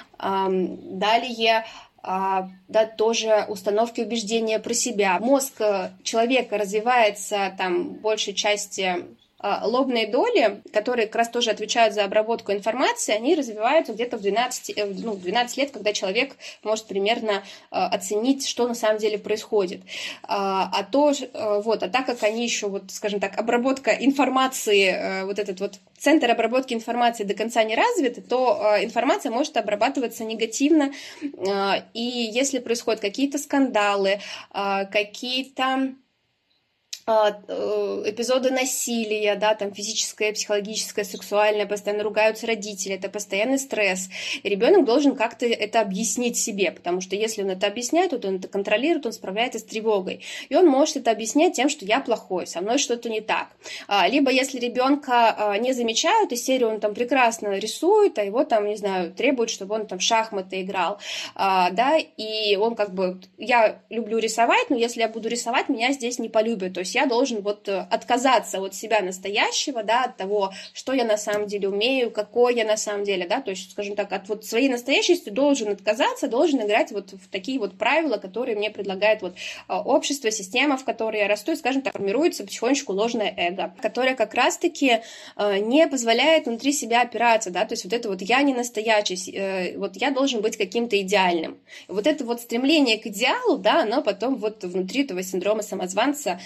Далее, да, тоже установки убеждения про себя. Мозг человека развивается там большей части лобные доли, которые как раз тоже отвечают за обработку информации, они развиваются где-то в двенадцать, ну, в двенадцать лет, когда человек может примерно оценить, что на самом деле происходит. А то, вот, а так как они еще, вот, скажем так, обработка информации, вот этот вот центр обработки информации до конца не развит, то информация может обрабатываться негативно, и если происходят какие-то скандалы, какие-то эпизоды насилия, да, там физическое, психологическое, сексуальное, постоянно ругаются родители, это постоянный стресс. И ребенок должен как-то это объяснить себе, потому что если он это объясняет, то он это контролирует, он справляется с тревогой. И он может это объяснять тем, что я плохой, со мной что-то не так. Либо если ребенка не замечают, из серии он там прекрасно рисует, а его там, не знаю, требуют, чтобы он там в шахматы играл, да, и он как бы, я люблю рисовать, но если я буду рисовать, меня здесь не полюбят, то есть я должен вот отказаться от себя настоящего, да, от того, что я на самом деле умею, какой я на самом деле, да, то есть, скажем так, от вот своей настоящести должен отказаться, должен играть вот в такие вот правила, которые мне предлагает вот общество, система, в которой я расту, и, скажем так, формируется потихонечку ложное эго, которое как раз-таки не позволяет внутри себя опираться, да, то есть вот это вот я не настоящий, вот я должен быть каким-то идеальным. И вот это вот стремление к идеалу, да, оно потом вот внутри этого синдрома самозванца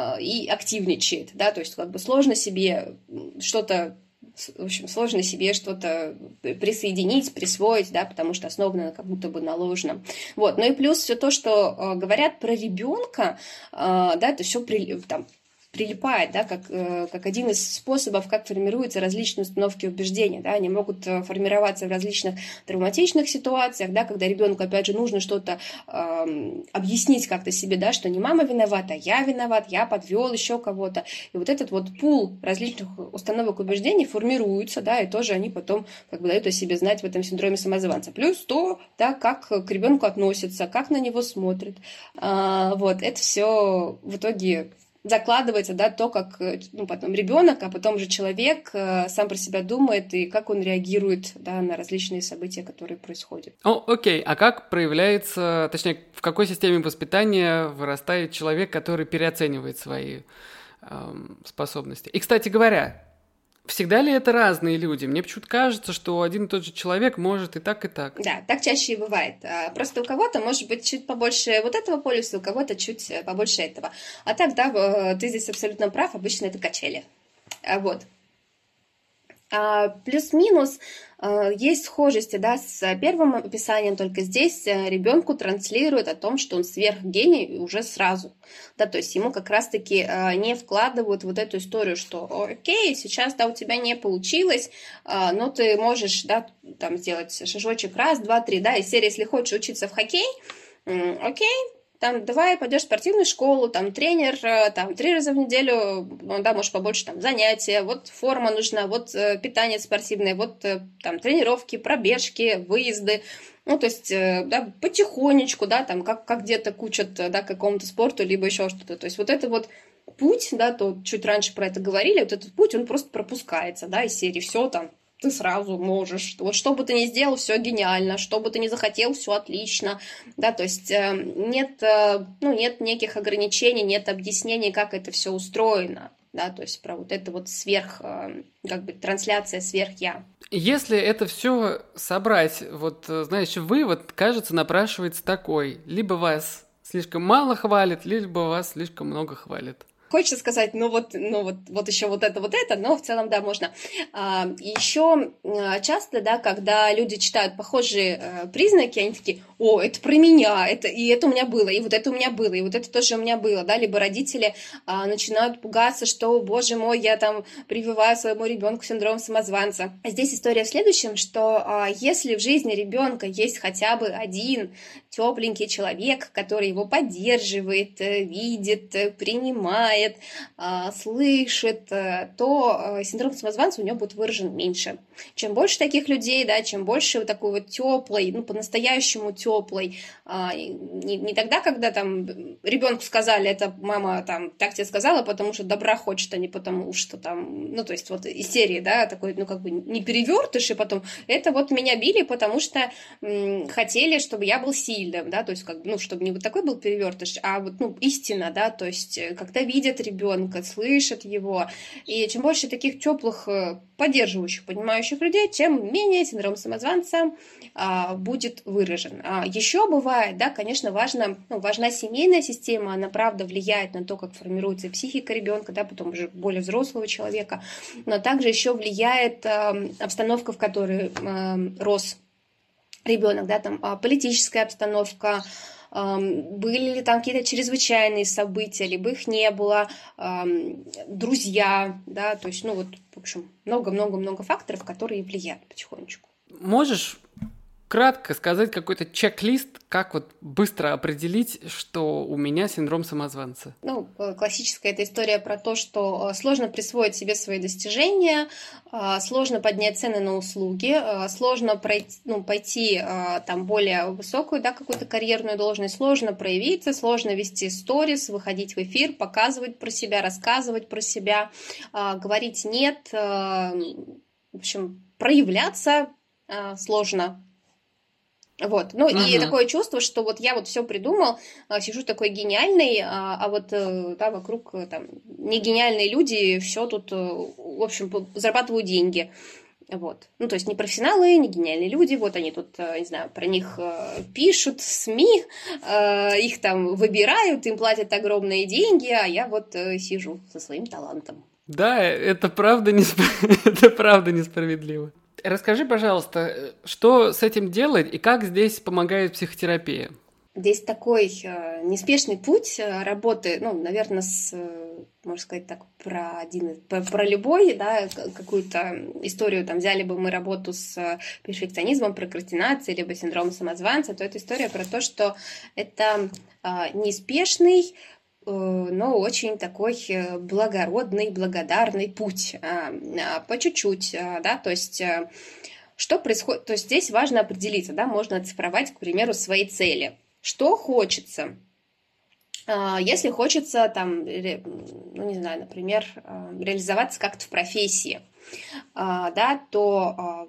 и активничает, да, то есть как бы сложно себе что-то, в общем, сложно себе что-то присоединить, присвоить, да, потому что основано как будто бы на ложном. Вот, ну и плюс все то, что э, говорят про ребенка, э, да, это все при, там, прилипает, да, как, как один из способов, как формируются различные установки и убеждения, да, они могут формироваться в различных травматичных ситуациях, да, когда ребенку, опять же, нужно что-то э, объяснить как-то себе, да, что не мама виновата, я виноват, я подвел еще кого-то, и вот этот вот пул различных установок и убеждений формируется, да, и тоже они потом как бы дают о себе знать в этом синдроме самозванца. Плюс то, да, как к ребенку относятся, как на него смотрят, э, вот, это все в итоге закладывается, да, то, как, ну, потом ребенок, а потом же человек э, сам про себя думает и как он реагирует, да, на различные события, которые происходят.
О, окей, а как проявляется, точнее, в какой системе воспитания вырастает человек, который переоценивает свои эм, способности? И, кстати говоря, всегда ли это разные люди? Мне почему-то кажется, что один и тот же человек может и так, и так.
Да, так чаще и бывает. Просто у кого-то может быть чуть побольше вот этого полюса, у кого-то чуть побольше этого. А так, да, ты здесь абсолютно прав, обычно это качели. Вот. Плюс-минус есть схожести, да, с первым описанием, только здесь ребенку транслируют о том, что он сверхгений уже сразу, да, то есть ему как раз-таки не вкладывают вот эту историю, что окей, сейчас, да, у тебя не получилось, но ты можешь, да, там сделать шажочек раз, два, три, да, из серии, если хочешь учиться в хоккей, окей, там, давай пойдешь в спортивную школу, там, тренер, там, три раза в неделю, ну, да, может, побольше, там, занятия, вот форма нужна, вот питание спортивное, вот, там, тренировки, пробежки, выезды. Ну, то есть, да, потихонечку, да, там, как, как где-то кучат, да, к какому-то спорту, либо еще что-то. То есть, вот это вот путь, да, то чуть раньше про это говорили, вот этот путь, он просто пропускается, да, из серии все там, ты сразу можешь, вот что бы ты ни сделал, все гениально, что бы ты ни захотел, все отлично, да, то есть нет, ну, нет неких ограничений, нет объяснений, как это все устроено, да, то есть про вот это вот сверх, как бы трансляция сверх-я.
Если это все собрать, вот, знаешь, вывод, кажется, напрашивается такой, либо вас слишком мало хвалят, либо вас слишком много хвалят.
Хочется сказать, ну вот, ну вот, вот еще вот это, вот это, но в целом, да, можно. А, еще часто, да, когда люди читают похожие а, признаки, они такие, о, это про меня, это, и это у меня было, и вот это у меня было, и вот это тоже у меня было, да, либо родители а, начинают пугаться, что, боже мой, я там прививаю своему ребенку синдром самозванца. А здесь история в следующем, что а, если в жизни ребенка есть хотя бы один тепленький человек, который его поддерживает, видит, принимает, слышит, то синдром самозванца у него будет выражен меньше. Чем больше таких людей, да, чем больше вот такой вот теплой, ну, по-настоящему теплой, не, не тогда, когда там ребенку сказали, это мама там так тебе сказала, потому что добра хочет, а не потому что там, ну, то есть вот из серии, да, такой, ну, как бы не перевертыш, и потом, это вот меня били, потому что м, хотели, чтобы я был сильным, да, то есть, как, ну, чтобы не вот такой был перевертыш, а вот, ну, истина, да, то есть, когда видят ребенка, слышат его, и чем больше таких теплых, поддерживающих, понимающих людей, тем менее синдром самозванца а, будет выражен. А, еще бывает, да, конечно, важно, ну, важна семейная система, она, правда, влияет на то, как формируется психика ребенка, да, потом уже более взрослого человека, но также еще влияет а, обстановка, в которой а, рос ребенок, да, там политическая обстановка, были ли там какие-то чрезвычайные события, либо их не было, друзья, да, то есть, ну вот, в общем, много-много-много факторов, которые влияют потихонечку.
Можешь кратко сказать какой-то чек-лист, как вот быстро определить, что у меня синдром самозванца?
Ну, классическая эта история про то, что сложно присвоить себе свои достижения, сложно поднять цены на услуги, сложно пройти, ну, пойти там более высокую, да, какую-то карьерную должность, сложно проявиться, сложно вести сторис, выходить в эфир, показывать про себя, рассказывать про себя, говорить «нет», в общем, проявляться сложно. Вот, ну uh-huh. и такое чувство, что вот я вот все придумал, сижу такой гениальный, а вот да, вокруг там не гениальные люди, все тут, в общем, зарабатывают деньги. Вот. Ну, то есть не профессионалы, не гениальные люди, вот они тут, не знаю, про них пишут в СМИ, их там выбирают, им платят огромные деньги, а я вот сижу со своим талантом.
Да, это правда, неспро... это правда несправедливо. Расскажи, пожалуйста, что с этим делать и как здесь помогает психотерапия?
Здесь такой э, неспешный путь работы, ну, наверное, с, можно сказать так, про один, про, про любой, да, какую-то историю, там, взяли бы мы работу с перфекционизмом, прокрастинацией, либо синдромом самозванца, то это история про то, что это э, неспешный, но очень такой благородный, благодарный путь, по чуть-чуть, да, то есть что происходит, то есть здесь важно определиться, да, можно оцифровать, к примеру, свои цели, что хочется, если хочется, там, ну, не знаю, например, реализоваться как-то в профессии, да, то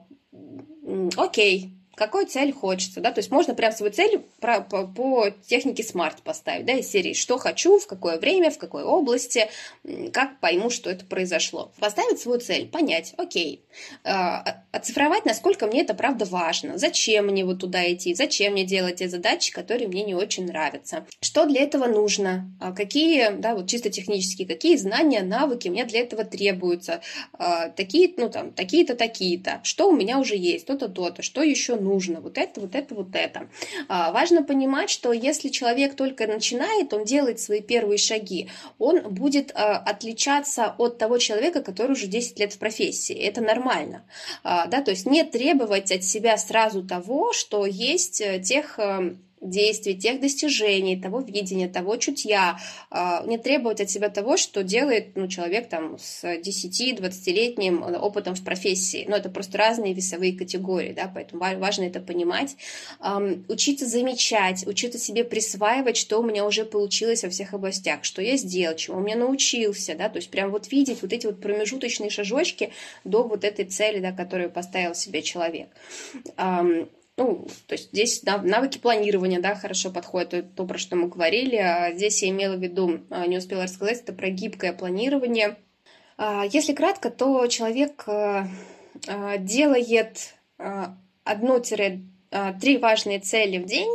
окей, какую цель хочется, да, то есть можно прям свою цель по, по, по технике смарт поставить, да, из серии «что хочу», в какое время, в какой области, как пойму, что это произошло. Поставить свою цель, понять, окей, оцифровать, насколько мне это правда важно, зачем мне вот туда идти, зачем мне делать те задачи, которые мне не очень нравятся, что для этого нужно, какие, да, вот чисто технические, какие знания, навыки мне для этого требуются, такие, ну, там, такие-то, такие-то, что у меня уже есть, то-то, то-то, что еще нужно. нужно, вот это, вот это, вот это. А, важно понимать, что если человек только начинает, он делает свои первые шаги, он будет а, отличаться от того человека, который уже десять лет в профессии. Это нормально. А, да, то есть не требовать от себя сразу того, что есть тех действий, тех достижений, того видения, того чутья, не требовать от себя того, что делает ну, человек там, с десяти-двадцатилетним опытом в профессии. Но это просто разные весовые категории, да, поэтому важно это понимать. Учиться замечать, учиться себе присваивать, что у меня уже получилось во всех областях, что я сделал, чему я научился, да, то есть прям вот видеть вот эти вот промежуточные шажочки до вот этой цели, да, которую поставил себе человек. Ну, то есть здесь навыки планирования, да, хорошо подходят, то, то, про что мы говорили. А здесь я имела в виду, не успела рассказать, это про гибкое планирование. Если кратко, то человек делает одну-три важные цели в день,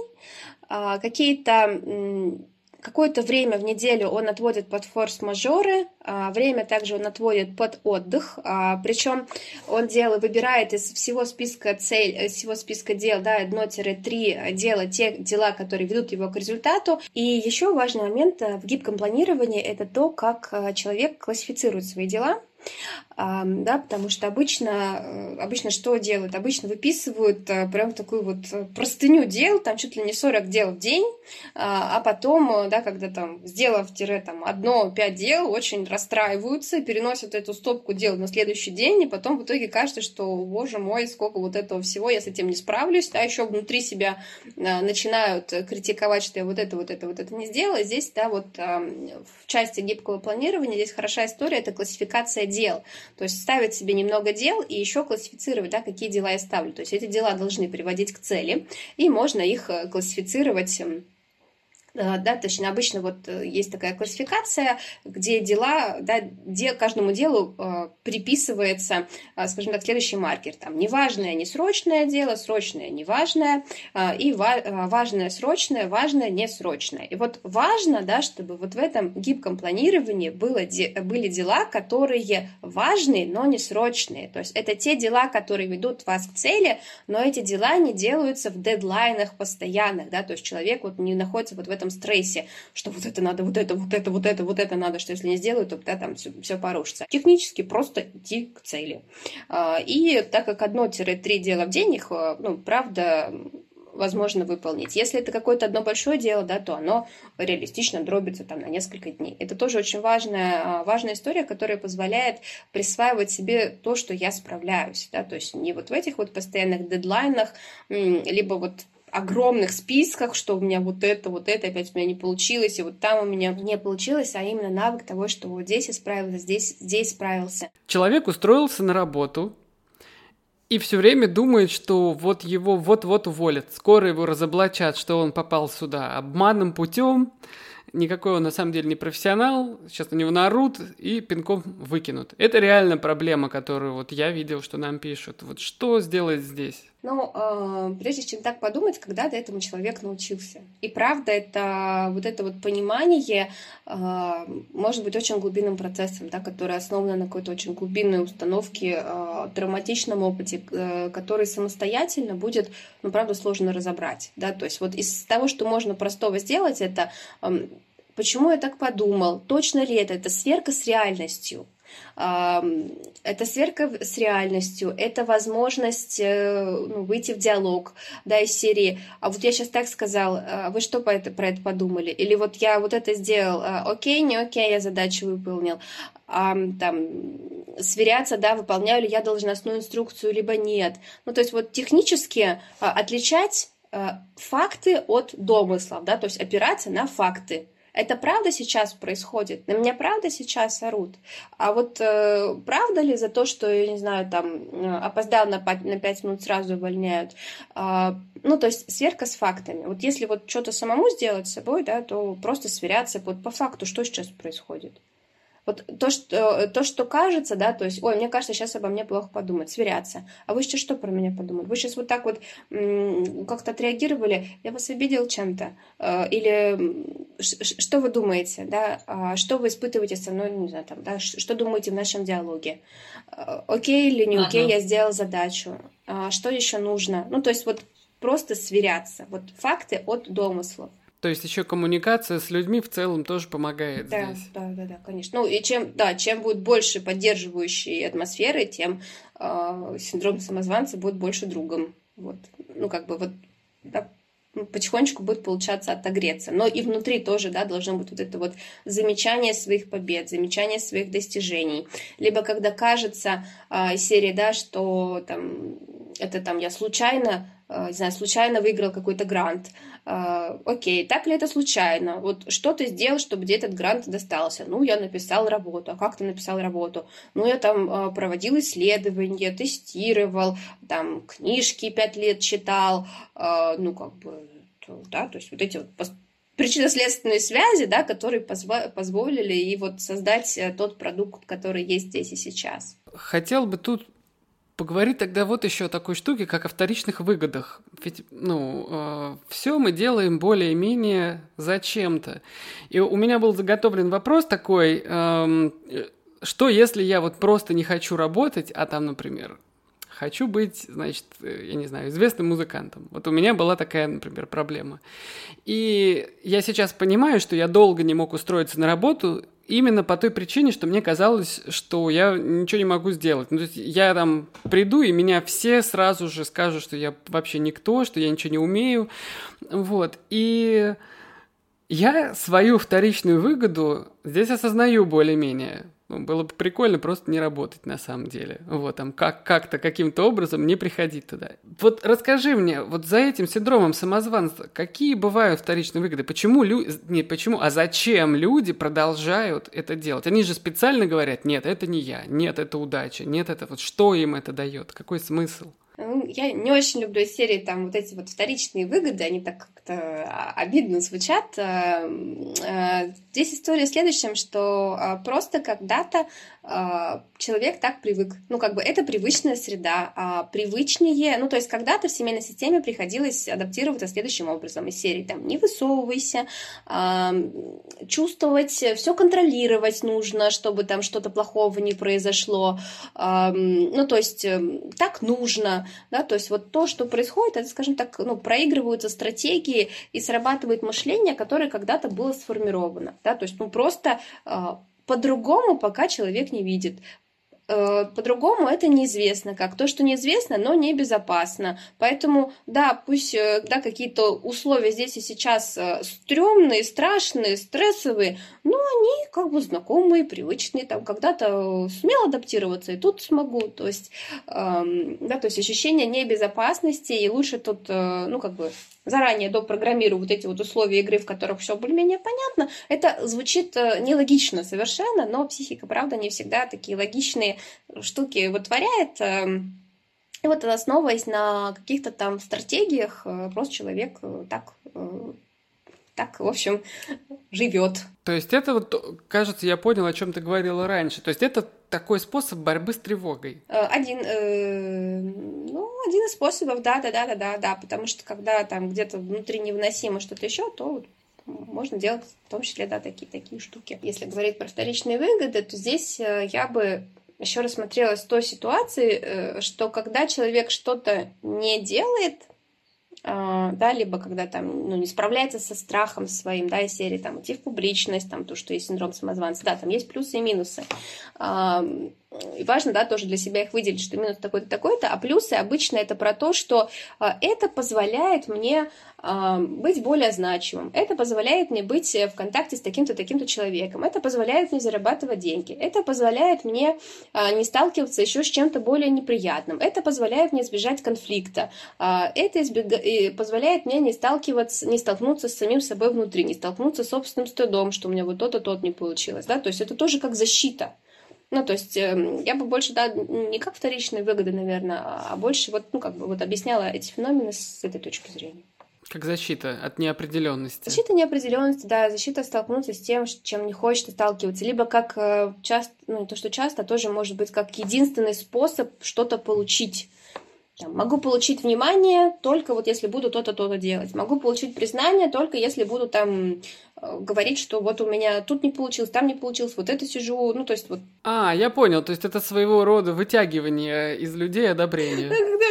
какие-то... Какое-то время в неделю он отводит под форс-мажоры, время также он отводит под отдых, причем он делает, выбирает из всего списка цель, всего списка дел, да, одно-три дела, те дела, которые ведут его к результату. И еще важный момент в гибком планировании – это то, как человек классифицирует свои дела. Да, потому что обычно, обычно что делают? Обычно выписывают прям такую вот простыню дел, там чуть ли не сорок дел в день, а потом, да, когда там, сделав там, одно-пять дел, очень расстраиваются и переносят эту стопку дел на следующий день, и потом в итоге кажется, что, боже мой, сколько вот этого всего, я с этим не справлюсь, да, еще внутри себя начинают критиковать, что я вот это, вот это, вот это не сделала. Здесь, да, вот в части гибкого планирования здесь хорошая история, это классификация дел. То есть ставить себе немного дел и еще классифицировать, да, какие дела я ставлю. То есть эти дела должны приводить к цели, и можно их классифицировать. Да, точно, обычно вот есть такая классификация, где дела, да, дел, каждому делу э, приписывается, э, скажем так, следующий маркер. Там неважное, несрочное дело, срочное, неважное, э, и ва- важное, срочное, важное, несрочное. И вот важно, да, чтобы вот в этом гибком планировании было де- были дела, которые важные, но не срочные. То есть это те дела, которые ведут вас к цели, но эти дела не делаются в дедлайнах постоянных, да, то есть человек вот не находится вот в этом стрессе, что вот это надо, вот это, вот это, вот это, вот это надо, что если не сделаю, то да, там все, все порушится. Технически просто идти к цели. И так как одно-три дела в день, их, ну, правда, возможно выполнить. Если это какое-то одно большое дело, да, то оно реалистично дробится там на несколько дней. Это тоже очень важная, важная история, которая позволяет присваивать себе то, что я справляюсь, да, то есть не вот в этих вот постоянных дедлайнах, либо вот огромных списках, что у меня вот это, вот это опять у меня не получилось, и вот там у меня не получилось, а именно навык того, что вот здесь я справился, здесь, здесь справился.
Человек устроился на работу и все время думает, что вот его вот-вот уволят, скоро его разоблачат, что он попал сюда обманным путем, никакой он на самом деле не профессионал, сейчас на него наорут и пинком выкинут. Это реально проблема, которую вот я видел, что нам пишут. Вот что сделать здесь?
Ну, э, прежде чем так подумать, когда-то этому человек научился. И правда, это вот это вот понимание э, может быть очень глубинным процессом, да, который основан на какой-то очень глубинной установке, э, травматичном опыте, э, который самостоятельно будет, ну, правда, сложно разобрать. Да? То есть вот из того, что можно простого сделать, это э, почему я так подумал, точно ли это, это сверка с реальностью. Это сверка с реальностью, это возможность ну, выйти в диалог, да, из серии. А вот я сейчас так сказал, вы что про это, про это подумали? Или вот я вот это сделал, окей, не окей, я задачу выполнил. А, там, сверяться, да, выполняю ли я должностную инструкцию, либо нет. Ну, то есть вот технически отличать факты от домыслов, да, то есть опираться на факты. Это правда сейчас происходит? На меня правда сейчас орут? А вот э, правда ли за то, что, я не знаю, там, опоздал на пять минут, сразу увольняют? А, ну, то есть сверка с фактами. Вот если вот что-то самому сделать с собой, да, то просто сверяться вот по факту, что сейчас происходит. Вот то, что, то, что кажется, да, то есть, ой, мне кажется, сейчас обо мне плохо подумать, сверяться. А вы сейчас что про меня подумали? Вы сейчас вот так вот м- как-то отреагировали, я вас обидел чем-то? Э, или ш- что вы думаете, да? А что вы испытываете со мной, не знаю, там, да? Ш- что думаете в нашем диалоге? Э, окей или не окей, ага. Я сделал задачу. А что еще нужно? Ну, то есть вот просто сверяться. Вот факты от домыслов.
То есть еще коммуникация с людьми в целом тоже помогает
да,
здесь.
Да, да, да, конечно. Ну и чем, да, чем будет больше поддерживающей атмосферы, тем э, синдром самозванца будет больше другом. Вот, ну как бы вот, да, потихонечку будет получаться отогреться. Но и внутри тоже, да, должно быть вот это вот замечание своих побед, замечание своих достижений. Либо когда кажется э, из серии, да, что там, это там я случайно, э, не знаю, случайно выиграл какой-то грант. Э, окей, так ли это случайно? Вот что ты сделал, чтобы где этот грант достался? Ну, я написал работу. А как ты написал работу? Ну, я там э, проводил исследования, тестировал, там книжки пять лет читал, э, ну, как бы, да, то есть вот эти вот причинно-следственные связи, да, которые позво- позволили и вот создать тот продукт, который есть здесь и сейчас.
Хотел бы тут поговорить тогда вот еще о такой штуке, как о вторичных выгодах. Ведь, ну, э, все мы делаем более-менее зачем-то. И у меня был заготовлен вопрос такой, э, что если я вот просто не хочу работать, а там, например, хочу быть, значит, я не знаю, известным музыкантом. Вот у меня была такая, например, проблема. И я сейчас понимаю, что я долго не мог устроиться на работу именно по той причине, что мне казалось, что я ничего не могу сделать. Ну, то есть я там приду, и меня все сразу же скажут, что я вообще никто, что я ничего не умею. Вот. И я свою вторичную выгоду здесь осознаю более-менее. Ну, было бы прикольно просто не работать на самом деле. Вот, там, как- как-то, каким-то образом не приходить туда. Вот расскажи мне, вот за этим синдромом самозванца, какие бывают вторичные выгоды? Почему люди... Не почему, а зачем люди продолжают это делать? Они же специально говорят, нет, это не я, нет, это удача, нет, это вот что им это дает? Какой смысл?
Я не очень люблю из серии там вот эти вот вторичные выгоды, они так как-то обидно звучат. Здесь история в следующем, что просто когда-то человек так привык. Ну, как бы это привычная среда, а привычнее... Ну, то есть когда-то в семейной системе приходилось адаптироваться следующим образом. Из серии там «не высовывайся», чувствовать, все контролировать нужно, чтобы там что-то плохого не произошло. Ну, то есть так нужно. Да, то есть вот то, что происходит, это, скажем так, ну, проигрываются стратегии и срабатывает мышление, которое когда-то было сформировано. Да, то есть ну, просто по-другому пока человек не видит. По-другому это неизвестно как. То, что неизвестно, но небезопасно. Поэтому, да, пусть да, какие-то условия здесь и сейчас стрёмные, страшные, стрессовые, но они как бы знакомые, привычные. Там когда-то сумел адаптироваться, и тут смогу. То есть, эм, да, то есть ощущение небезопасности, и лучше тут, э, ну, как бы заранее допрограммирую вот эти вот условия игры, в которых все более-менее понятно. Это звучит нелогично совершенно, но психика, правда, не всегда такие логичные штуки вытворяет. И вот основываясь на каких-то там стратегиях, просто человек так, так, в общем, живет.
То есть это вот, кажется, я понял, о чем ты говорила раньше. То есть это такой способ борьбы с тревогой.
Один, э, ну, один из способов, да, да, да, да, да, да, потому что когда там где-то внутри невыносимо что-то еще, то можно делать в том числе, да, такие, такие штуки. Если говорить про вторичные выгоды, то здесь я бы еще рассмотрела с той ситуации, что когда человек что-то не делает, да, либо когда там, ну, не справляется со страхом своим, да, из серии там идти в публичность, там то, что есть синдром самозванца, да, там есть плюсы и минусы. И важно, да, тоже для себя их выделить, что минус такой-то, такой-то, а плюсы обычно это про то, что это позволяет мне быть более значимым, это позволяет мне быть в контакте с таким-то, таким-то человеком, это позволяет мне зарабатывать деньги, это позволяет мне не сталкиваться еще с чем-то более неприятным, это позволяет мне избежать конфликта, это избега... позволяет мне не сталкиваться, не столкнуться с самим собой внутри, не столкнуться с собственным стыдом, что у меня вот то-то, то-то не получилось, да, то есть это тоже как защита. Ну, то есть я бы больше, да, не как вторичные выгоды, наверное, а больше вот, ну, как бы вот объясняла эти феномены с этой точки зрения.
Как защита от неопределенности.
Защита неопределенности, да, защита столкнуться с тем, с чем не хочется сталкиваться, либо как часто, ну, не то, что часто, а тоже может быть как единственный способ что-то получить. Там, могу получить внимание только вот если буду то-то, то-то делать. Могу получить признание только если буду там говорить, что вот у меня тут не получилось, там не получилось, вот это сижу, ну то есть вот.
А, я понял, то есть это своего рода вытягивание из людей одобрения.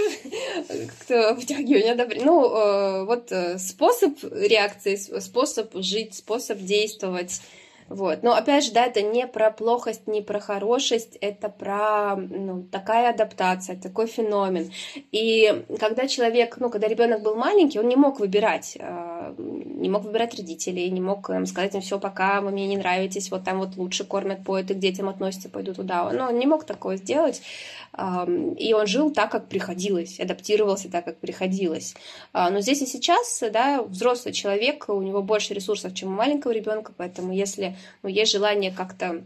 Как-то вытягивание одобрения. Ну, вот способ реакции, способ жить, способ действовать. Вот. Но опять же, да, это не про плохость, не про хорошесть, это про ну, такая адаптация, такой феномен. И когда человек, ну, когда ребенок был маленький, он не мог выбирать, не мог выбирать родителей, не мог им сказать им: все, пока, вы мне не нравитесь, вот там вот лучше кормят, поют, и к детям относятся, пойду туда. Но он не мог такое сделать, и он жил так, как приходилось, адаптировался так, как приходилось. Но здесь и сейчас, да, взрослый человек, у него больше ресурсов, чем у маленького ребенка, поэтому если ну, есть желание как-то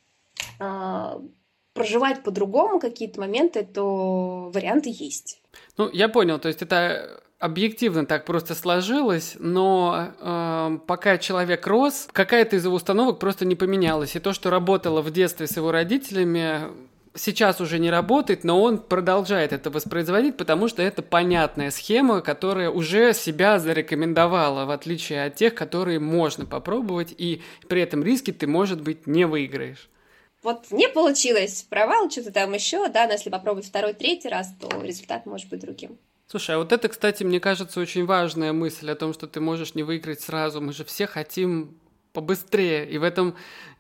э, проживать по-другому какие-то моменты, то варианты есть.
Ну, я понял, то есть это объективно так просто сложилось, но э, пока человек рос, какая-то из его установок просто не поменялась. И то, что работало в детстве с его родителями, сейчас уже не работает, но он продолжает это воспроизводить, потому что это понятная схема, которая уже себя зарекомендовала, в отличие от тех, которые можно попробовать, и при этом риски ты, может быть, не выиграешь.
Вот не получилось, провал, что-то там еще, да, но если попробовать второй, третий раз, то результат может быть другим.
Слушай, а вот это, кстати, мне кажется, очень важная мысль о том, что ты можешь не выиграть сразу. Мы же все хотим побыстрее, и в этом...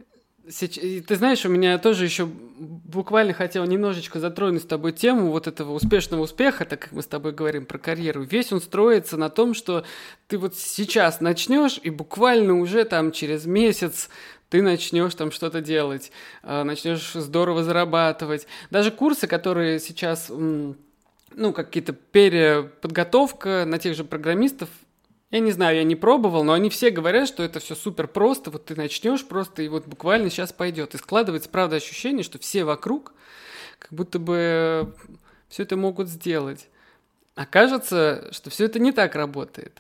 Ты знаешь, у меня тоже еще буквально хотел немножечко затронуть с тобой тему вот этого успешного успеха, так как мы с тобой говорим про карьеру. Весь он строится на том, что ты вот сейчас начнешь, и буквально уже там через месяц ты начнешь там что-то делать, начнешь здорово зарабатывать. Даже курсы, которые сейчас, ну, какие-то переподготовка на тех же программистов, я не знаю, я не пробовал, но они все говорят, что это все супер просто, вот ты начнешь просто, и вот буквально сейчас пойдет. И складывается, правда, ощущение, что все вокруг как будто бы все это могут сделать. А кажется, что все это не так работает.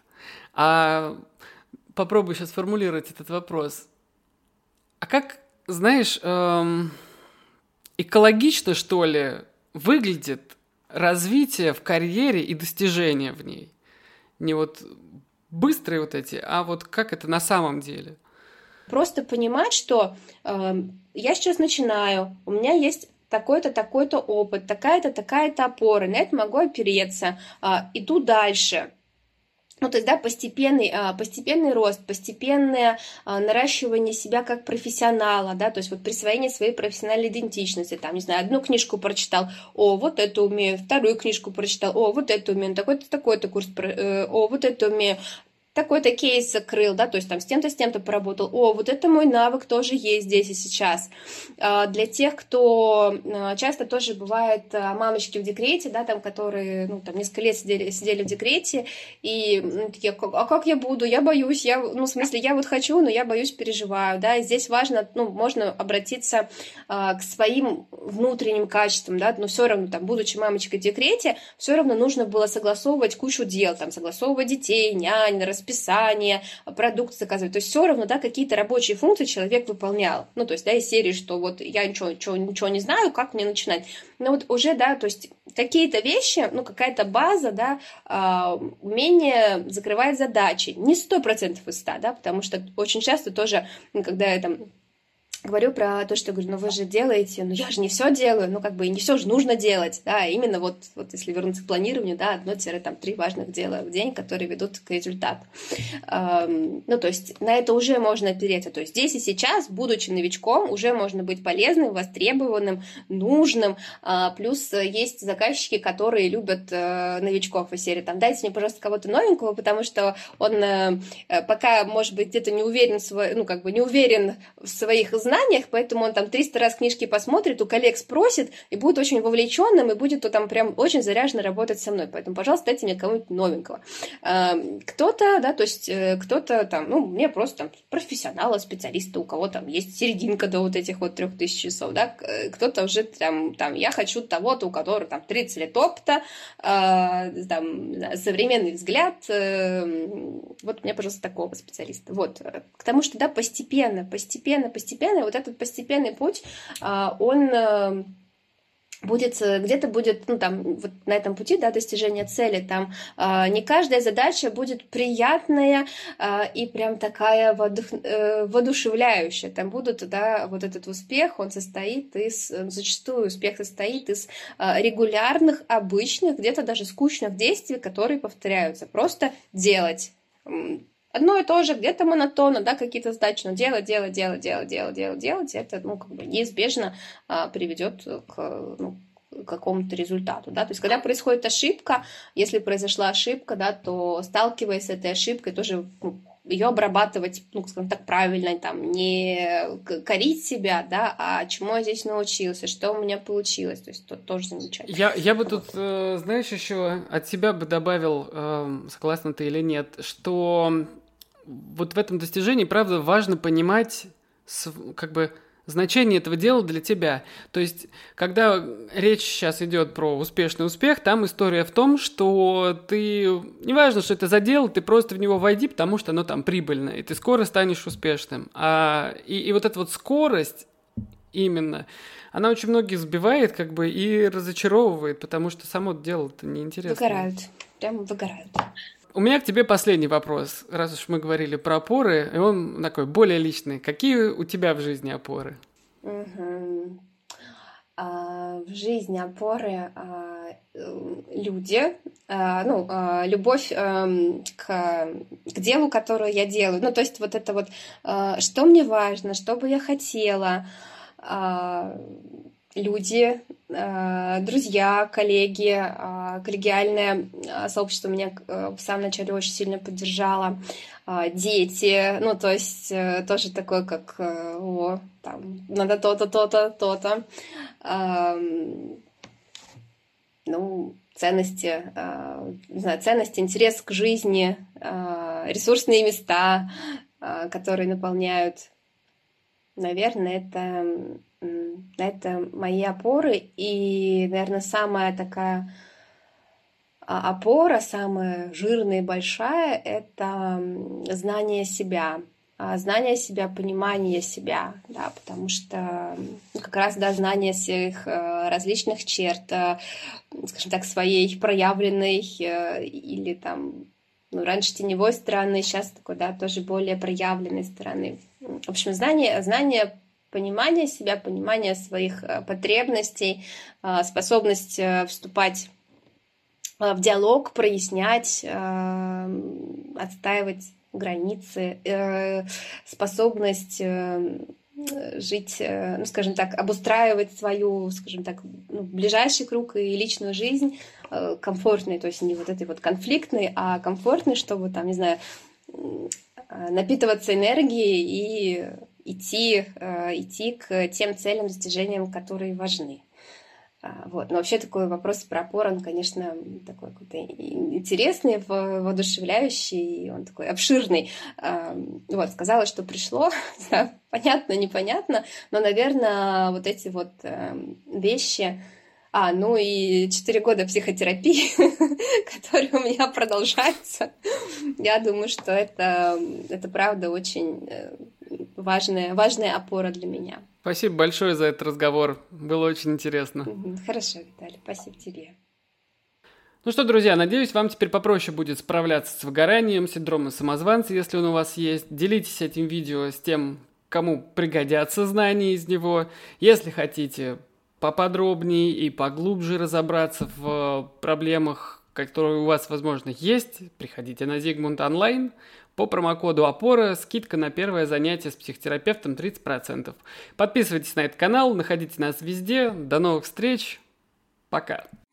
А попробую сейчас формулировать этот вопрос. А как, знаешь, эм, экологично, что ли, выглядит развитие в карьере и достижения в ней? Не вот... быстрые вот эти, а вот как это на самом деле?
Просто понимать, что э, я сейчас начинаю, у меня есть такой-то, такой-то опыт, такая-то, такая-то опора, на это могу опереться, э, иду дальше. Ну, то есть, да, постепенный, постепенный рост, постепенное наращивание себя как профессионала, да, то есть вот присвоение своей профессиональной идентичности, там, не знаю, одну книжку прочитал, о, вот это умею, вторую книжку прочитал, о, вот это умею, такой-то, такой-то курс, о, вот это умею, такой-то кейс закрыл, да, то есть там с тем-то, с тем-то поработал. О, вот это мой навык тоже есть здесь и сейчас. Для тех, кто часто тоже бывает мамочки в декрете, да, там, которые, ну, там, несколько лет сидели, сидели в декрете, и ну, такие, а как я буду? Я боюсь, я, ну, в смысле, я вот хочу, но я боюсь, переживаю, да, и здесь важно, ну, можно обратиться к своим внутренним качествам, да, но все равно, там, будучи мамочкой в декрете, все равно нужно было согласовывать кучу дел, там, согласовывать детей, нянь, расписание, продукт заказывать. То есть все равно, да, какие-то рабочие функции человек выполнял. Ну, то есть, да, из серии, что вот я ничего, ничего, ничего не знаю, как мне начинать. Но вот уже, да, то есть какие-то вещи, ну, какая-то база, да, э, умение закрывать задачи. Не сто процентов из ста, да, потому что очень часто тоже, когда я там говорю про то, что я говорю, ну вы же делаете, ну я же не все делаю, ну как бы и не все же нужно делать, да, именно вот, вот если вернуться к планированию, да, одно-три важных дела в день, которые ведут к результату. Эм, ну то есть на это уже можно опереться, то есть здесь и сейчас, будучи новичком, уже можно быть полезным, востребованным, нужным, э, плюс есть заказчики, которые любят э, новичков из серии, там, дайте мне, пожалуйста, кого-то новенького, потому что он э, пока, может быть, где-то не уверен, в свой, ну как бы не уверен в своих знаниях, поэтому он там триста раз книжки посмотрит, у коллег спросит, и будет очень вовлеченным, и будет то там прям очень заряженно работать со мной. Поэтому, пожалуйста, дайте мне кого-нибудь новенького. Кто-то, да, то есть кто-то там, ну, мне просто там профессионала, специалиста, у кого там есть серединка до вот этих вот трех тысяч часов, да, кто-то уже там, там, я хочу того-то, у которого там тридцать лет опыта, там, современный взгляд, вот мне, пожалуйста, такого специалиста. Вот, к тому, что, да, постепенно, постепенно, постепенно, вот этот постепенный путь, он будет, где-то будет, ну, там, вот на этом пути, да, достижения цели, там, не каждая задача будет приятная и прям такая воодух... воодушевляющая, там будут, да, вот этот успех, он состоит из, зачастую успех состоит из регулярных, обычных, где-то даже скучных действий, которые повторяются, просто делать. одно и то же, где-то монотонно, да, какие-то задачи, но делать, делать, делать, делать, делать, делать, делать, это, ну, как бы неизбежно а, приведет к, ну, к какому-то результату, да, то есть когда происходит ошибка, если произошла ошибка, да, то сталкиваясь с этой ошибкой, тоже ну, ее обрабатывать, ну, скажем так, правильно, там, не корить себя, да, а чему я здесь научился, что у меня получилось, то есть это тоже замечательно.
Я, я бы тут, э, знаешь, еще от себя бы добавил, э, согласна ты или нет, что вот в этом достижении, правда, важно понимать, как бы, значение этого дела для тебя. То есть, когда речь сейчас идет про успешный успех, там история в том, что ты, неважно, что это за дело, ты просто в него войди, потому что оно там прибыльное, и ты скоро станешь успешным. А, и, и вот эта вот скорость именно, она очень многих сбивает, как бы, и разочаровывает, потому что само дело-то неинтересно.
Выгорают, прям выгорают.
У меня к тебе последний вопрос, раз уж мы говорили про опоры, и он такой более личный. Какие у тебя в жизни опоры?
Угу. А, в жизни опоры а, люди, а, ну, а, любовь а, к, к делу, которое я делаю. Ну, то есть вот это вот, а, что мне важно, что бы я хотела, а, люди, друзья, коллеги, коллегиальное сообщество меня в самом начале очень сильно поддержало, дети, ну, то есть тоже такое, как, о, там, надо то-то, то-то, то-то, ну, ценности, не знаю, ценности, интерес к жизни, ресурсные места, которые наполняют, наверное, это... Это мои опоры, и, наверное, самая такая опора, самая жирная и большая, это знание себя. Знание себя, понимание себя, да, потому что как раз, да, знание своих различных черт, скажем так, своей проявленной или там, ну, раньше теневой стороны, сейчас такой, да, тоже более проявленной стороны. В общем, знание, знание понимание себя, понимание своих потребностей, способность вступать в диалог, прояснять, отстаивать границы, способность жить, ну, скажем так, обустраивать свою, скажем так, ну, ближайший круг и личную жизнь комфортной, то есть не вот этой вот конфликтной, а комфортной, чтобы, там, не знаю, напитываться энергией и идти, идти к тем целям, достижениям, которые важны. Вот. Но вообще такой вопрос про опору, он, конечно, такой какой-то интересный, воодушевляющий, он такой обширный. Вот, сказала, что пришло, понятно, непонятно, но, наверное, вот эти вот вещи... А, ну и четыре года психотерапии, которые у меня продолжаются. Я думаю, что это, это правда очень важная, важная опора для меня.
Спасибо большое за этот разговор. Было очень интересно.
Хорошо, Виталий, спасибо тебе.
Ну что, друзья, надеюсь, вам теперь попроще будет справляться с выгоранием, синдромом самозванца, если он у вас есть. Делитесь этим видео с тем, кому пригодятся знания из него. Если хотите поподробнее и поглубже разобраться в проблемах, которые у вас, возможно, есть, приходите на Zigmund онлайн. По промокоду «Опора» скидка на первое занятие с психотерапевтом тридцать процентов. Подписывайтесь на этот канал, находите нас везде. До новых встреч. Пока.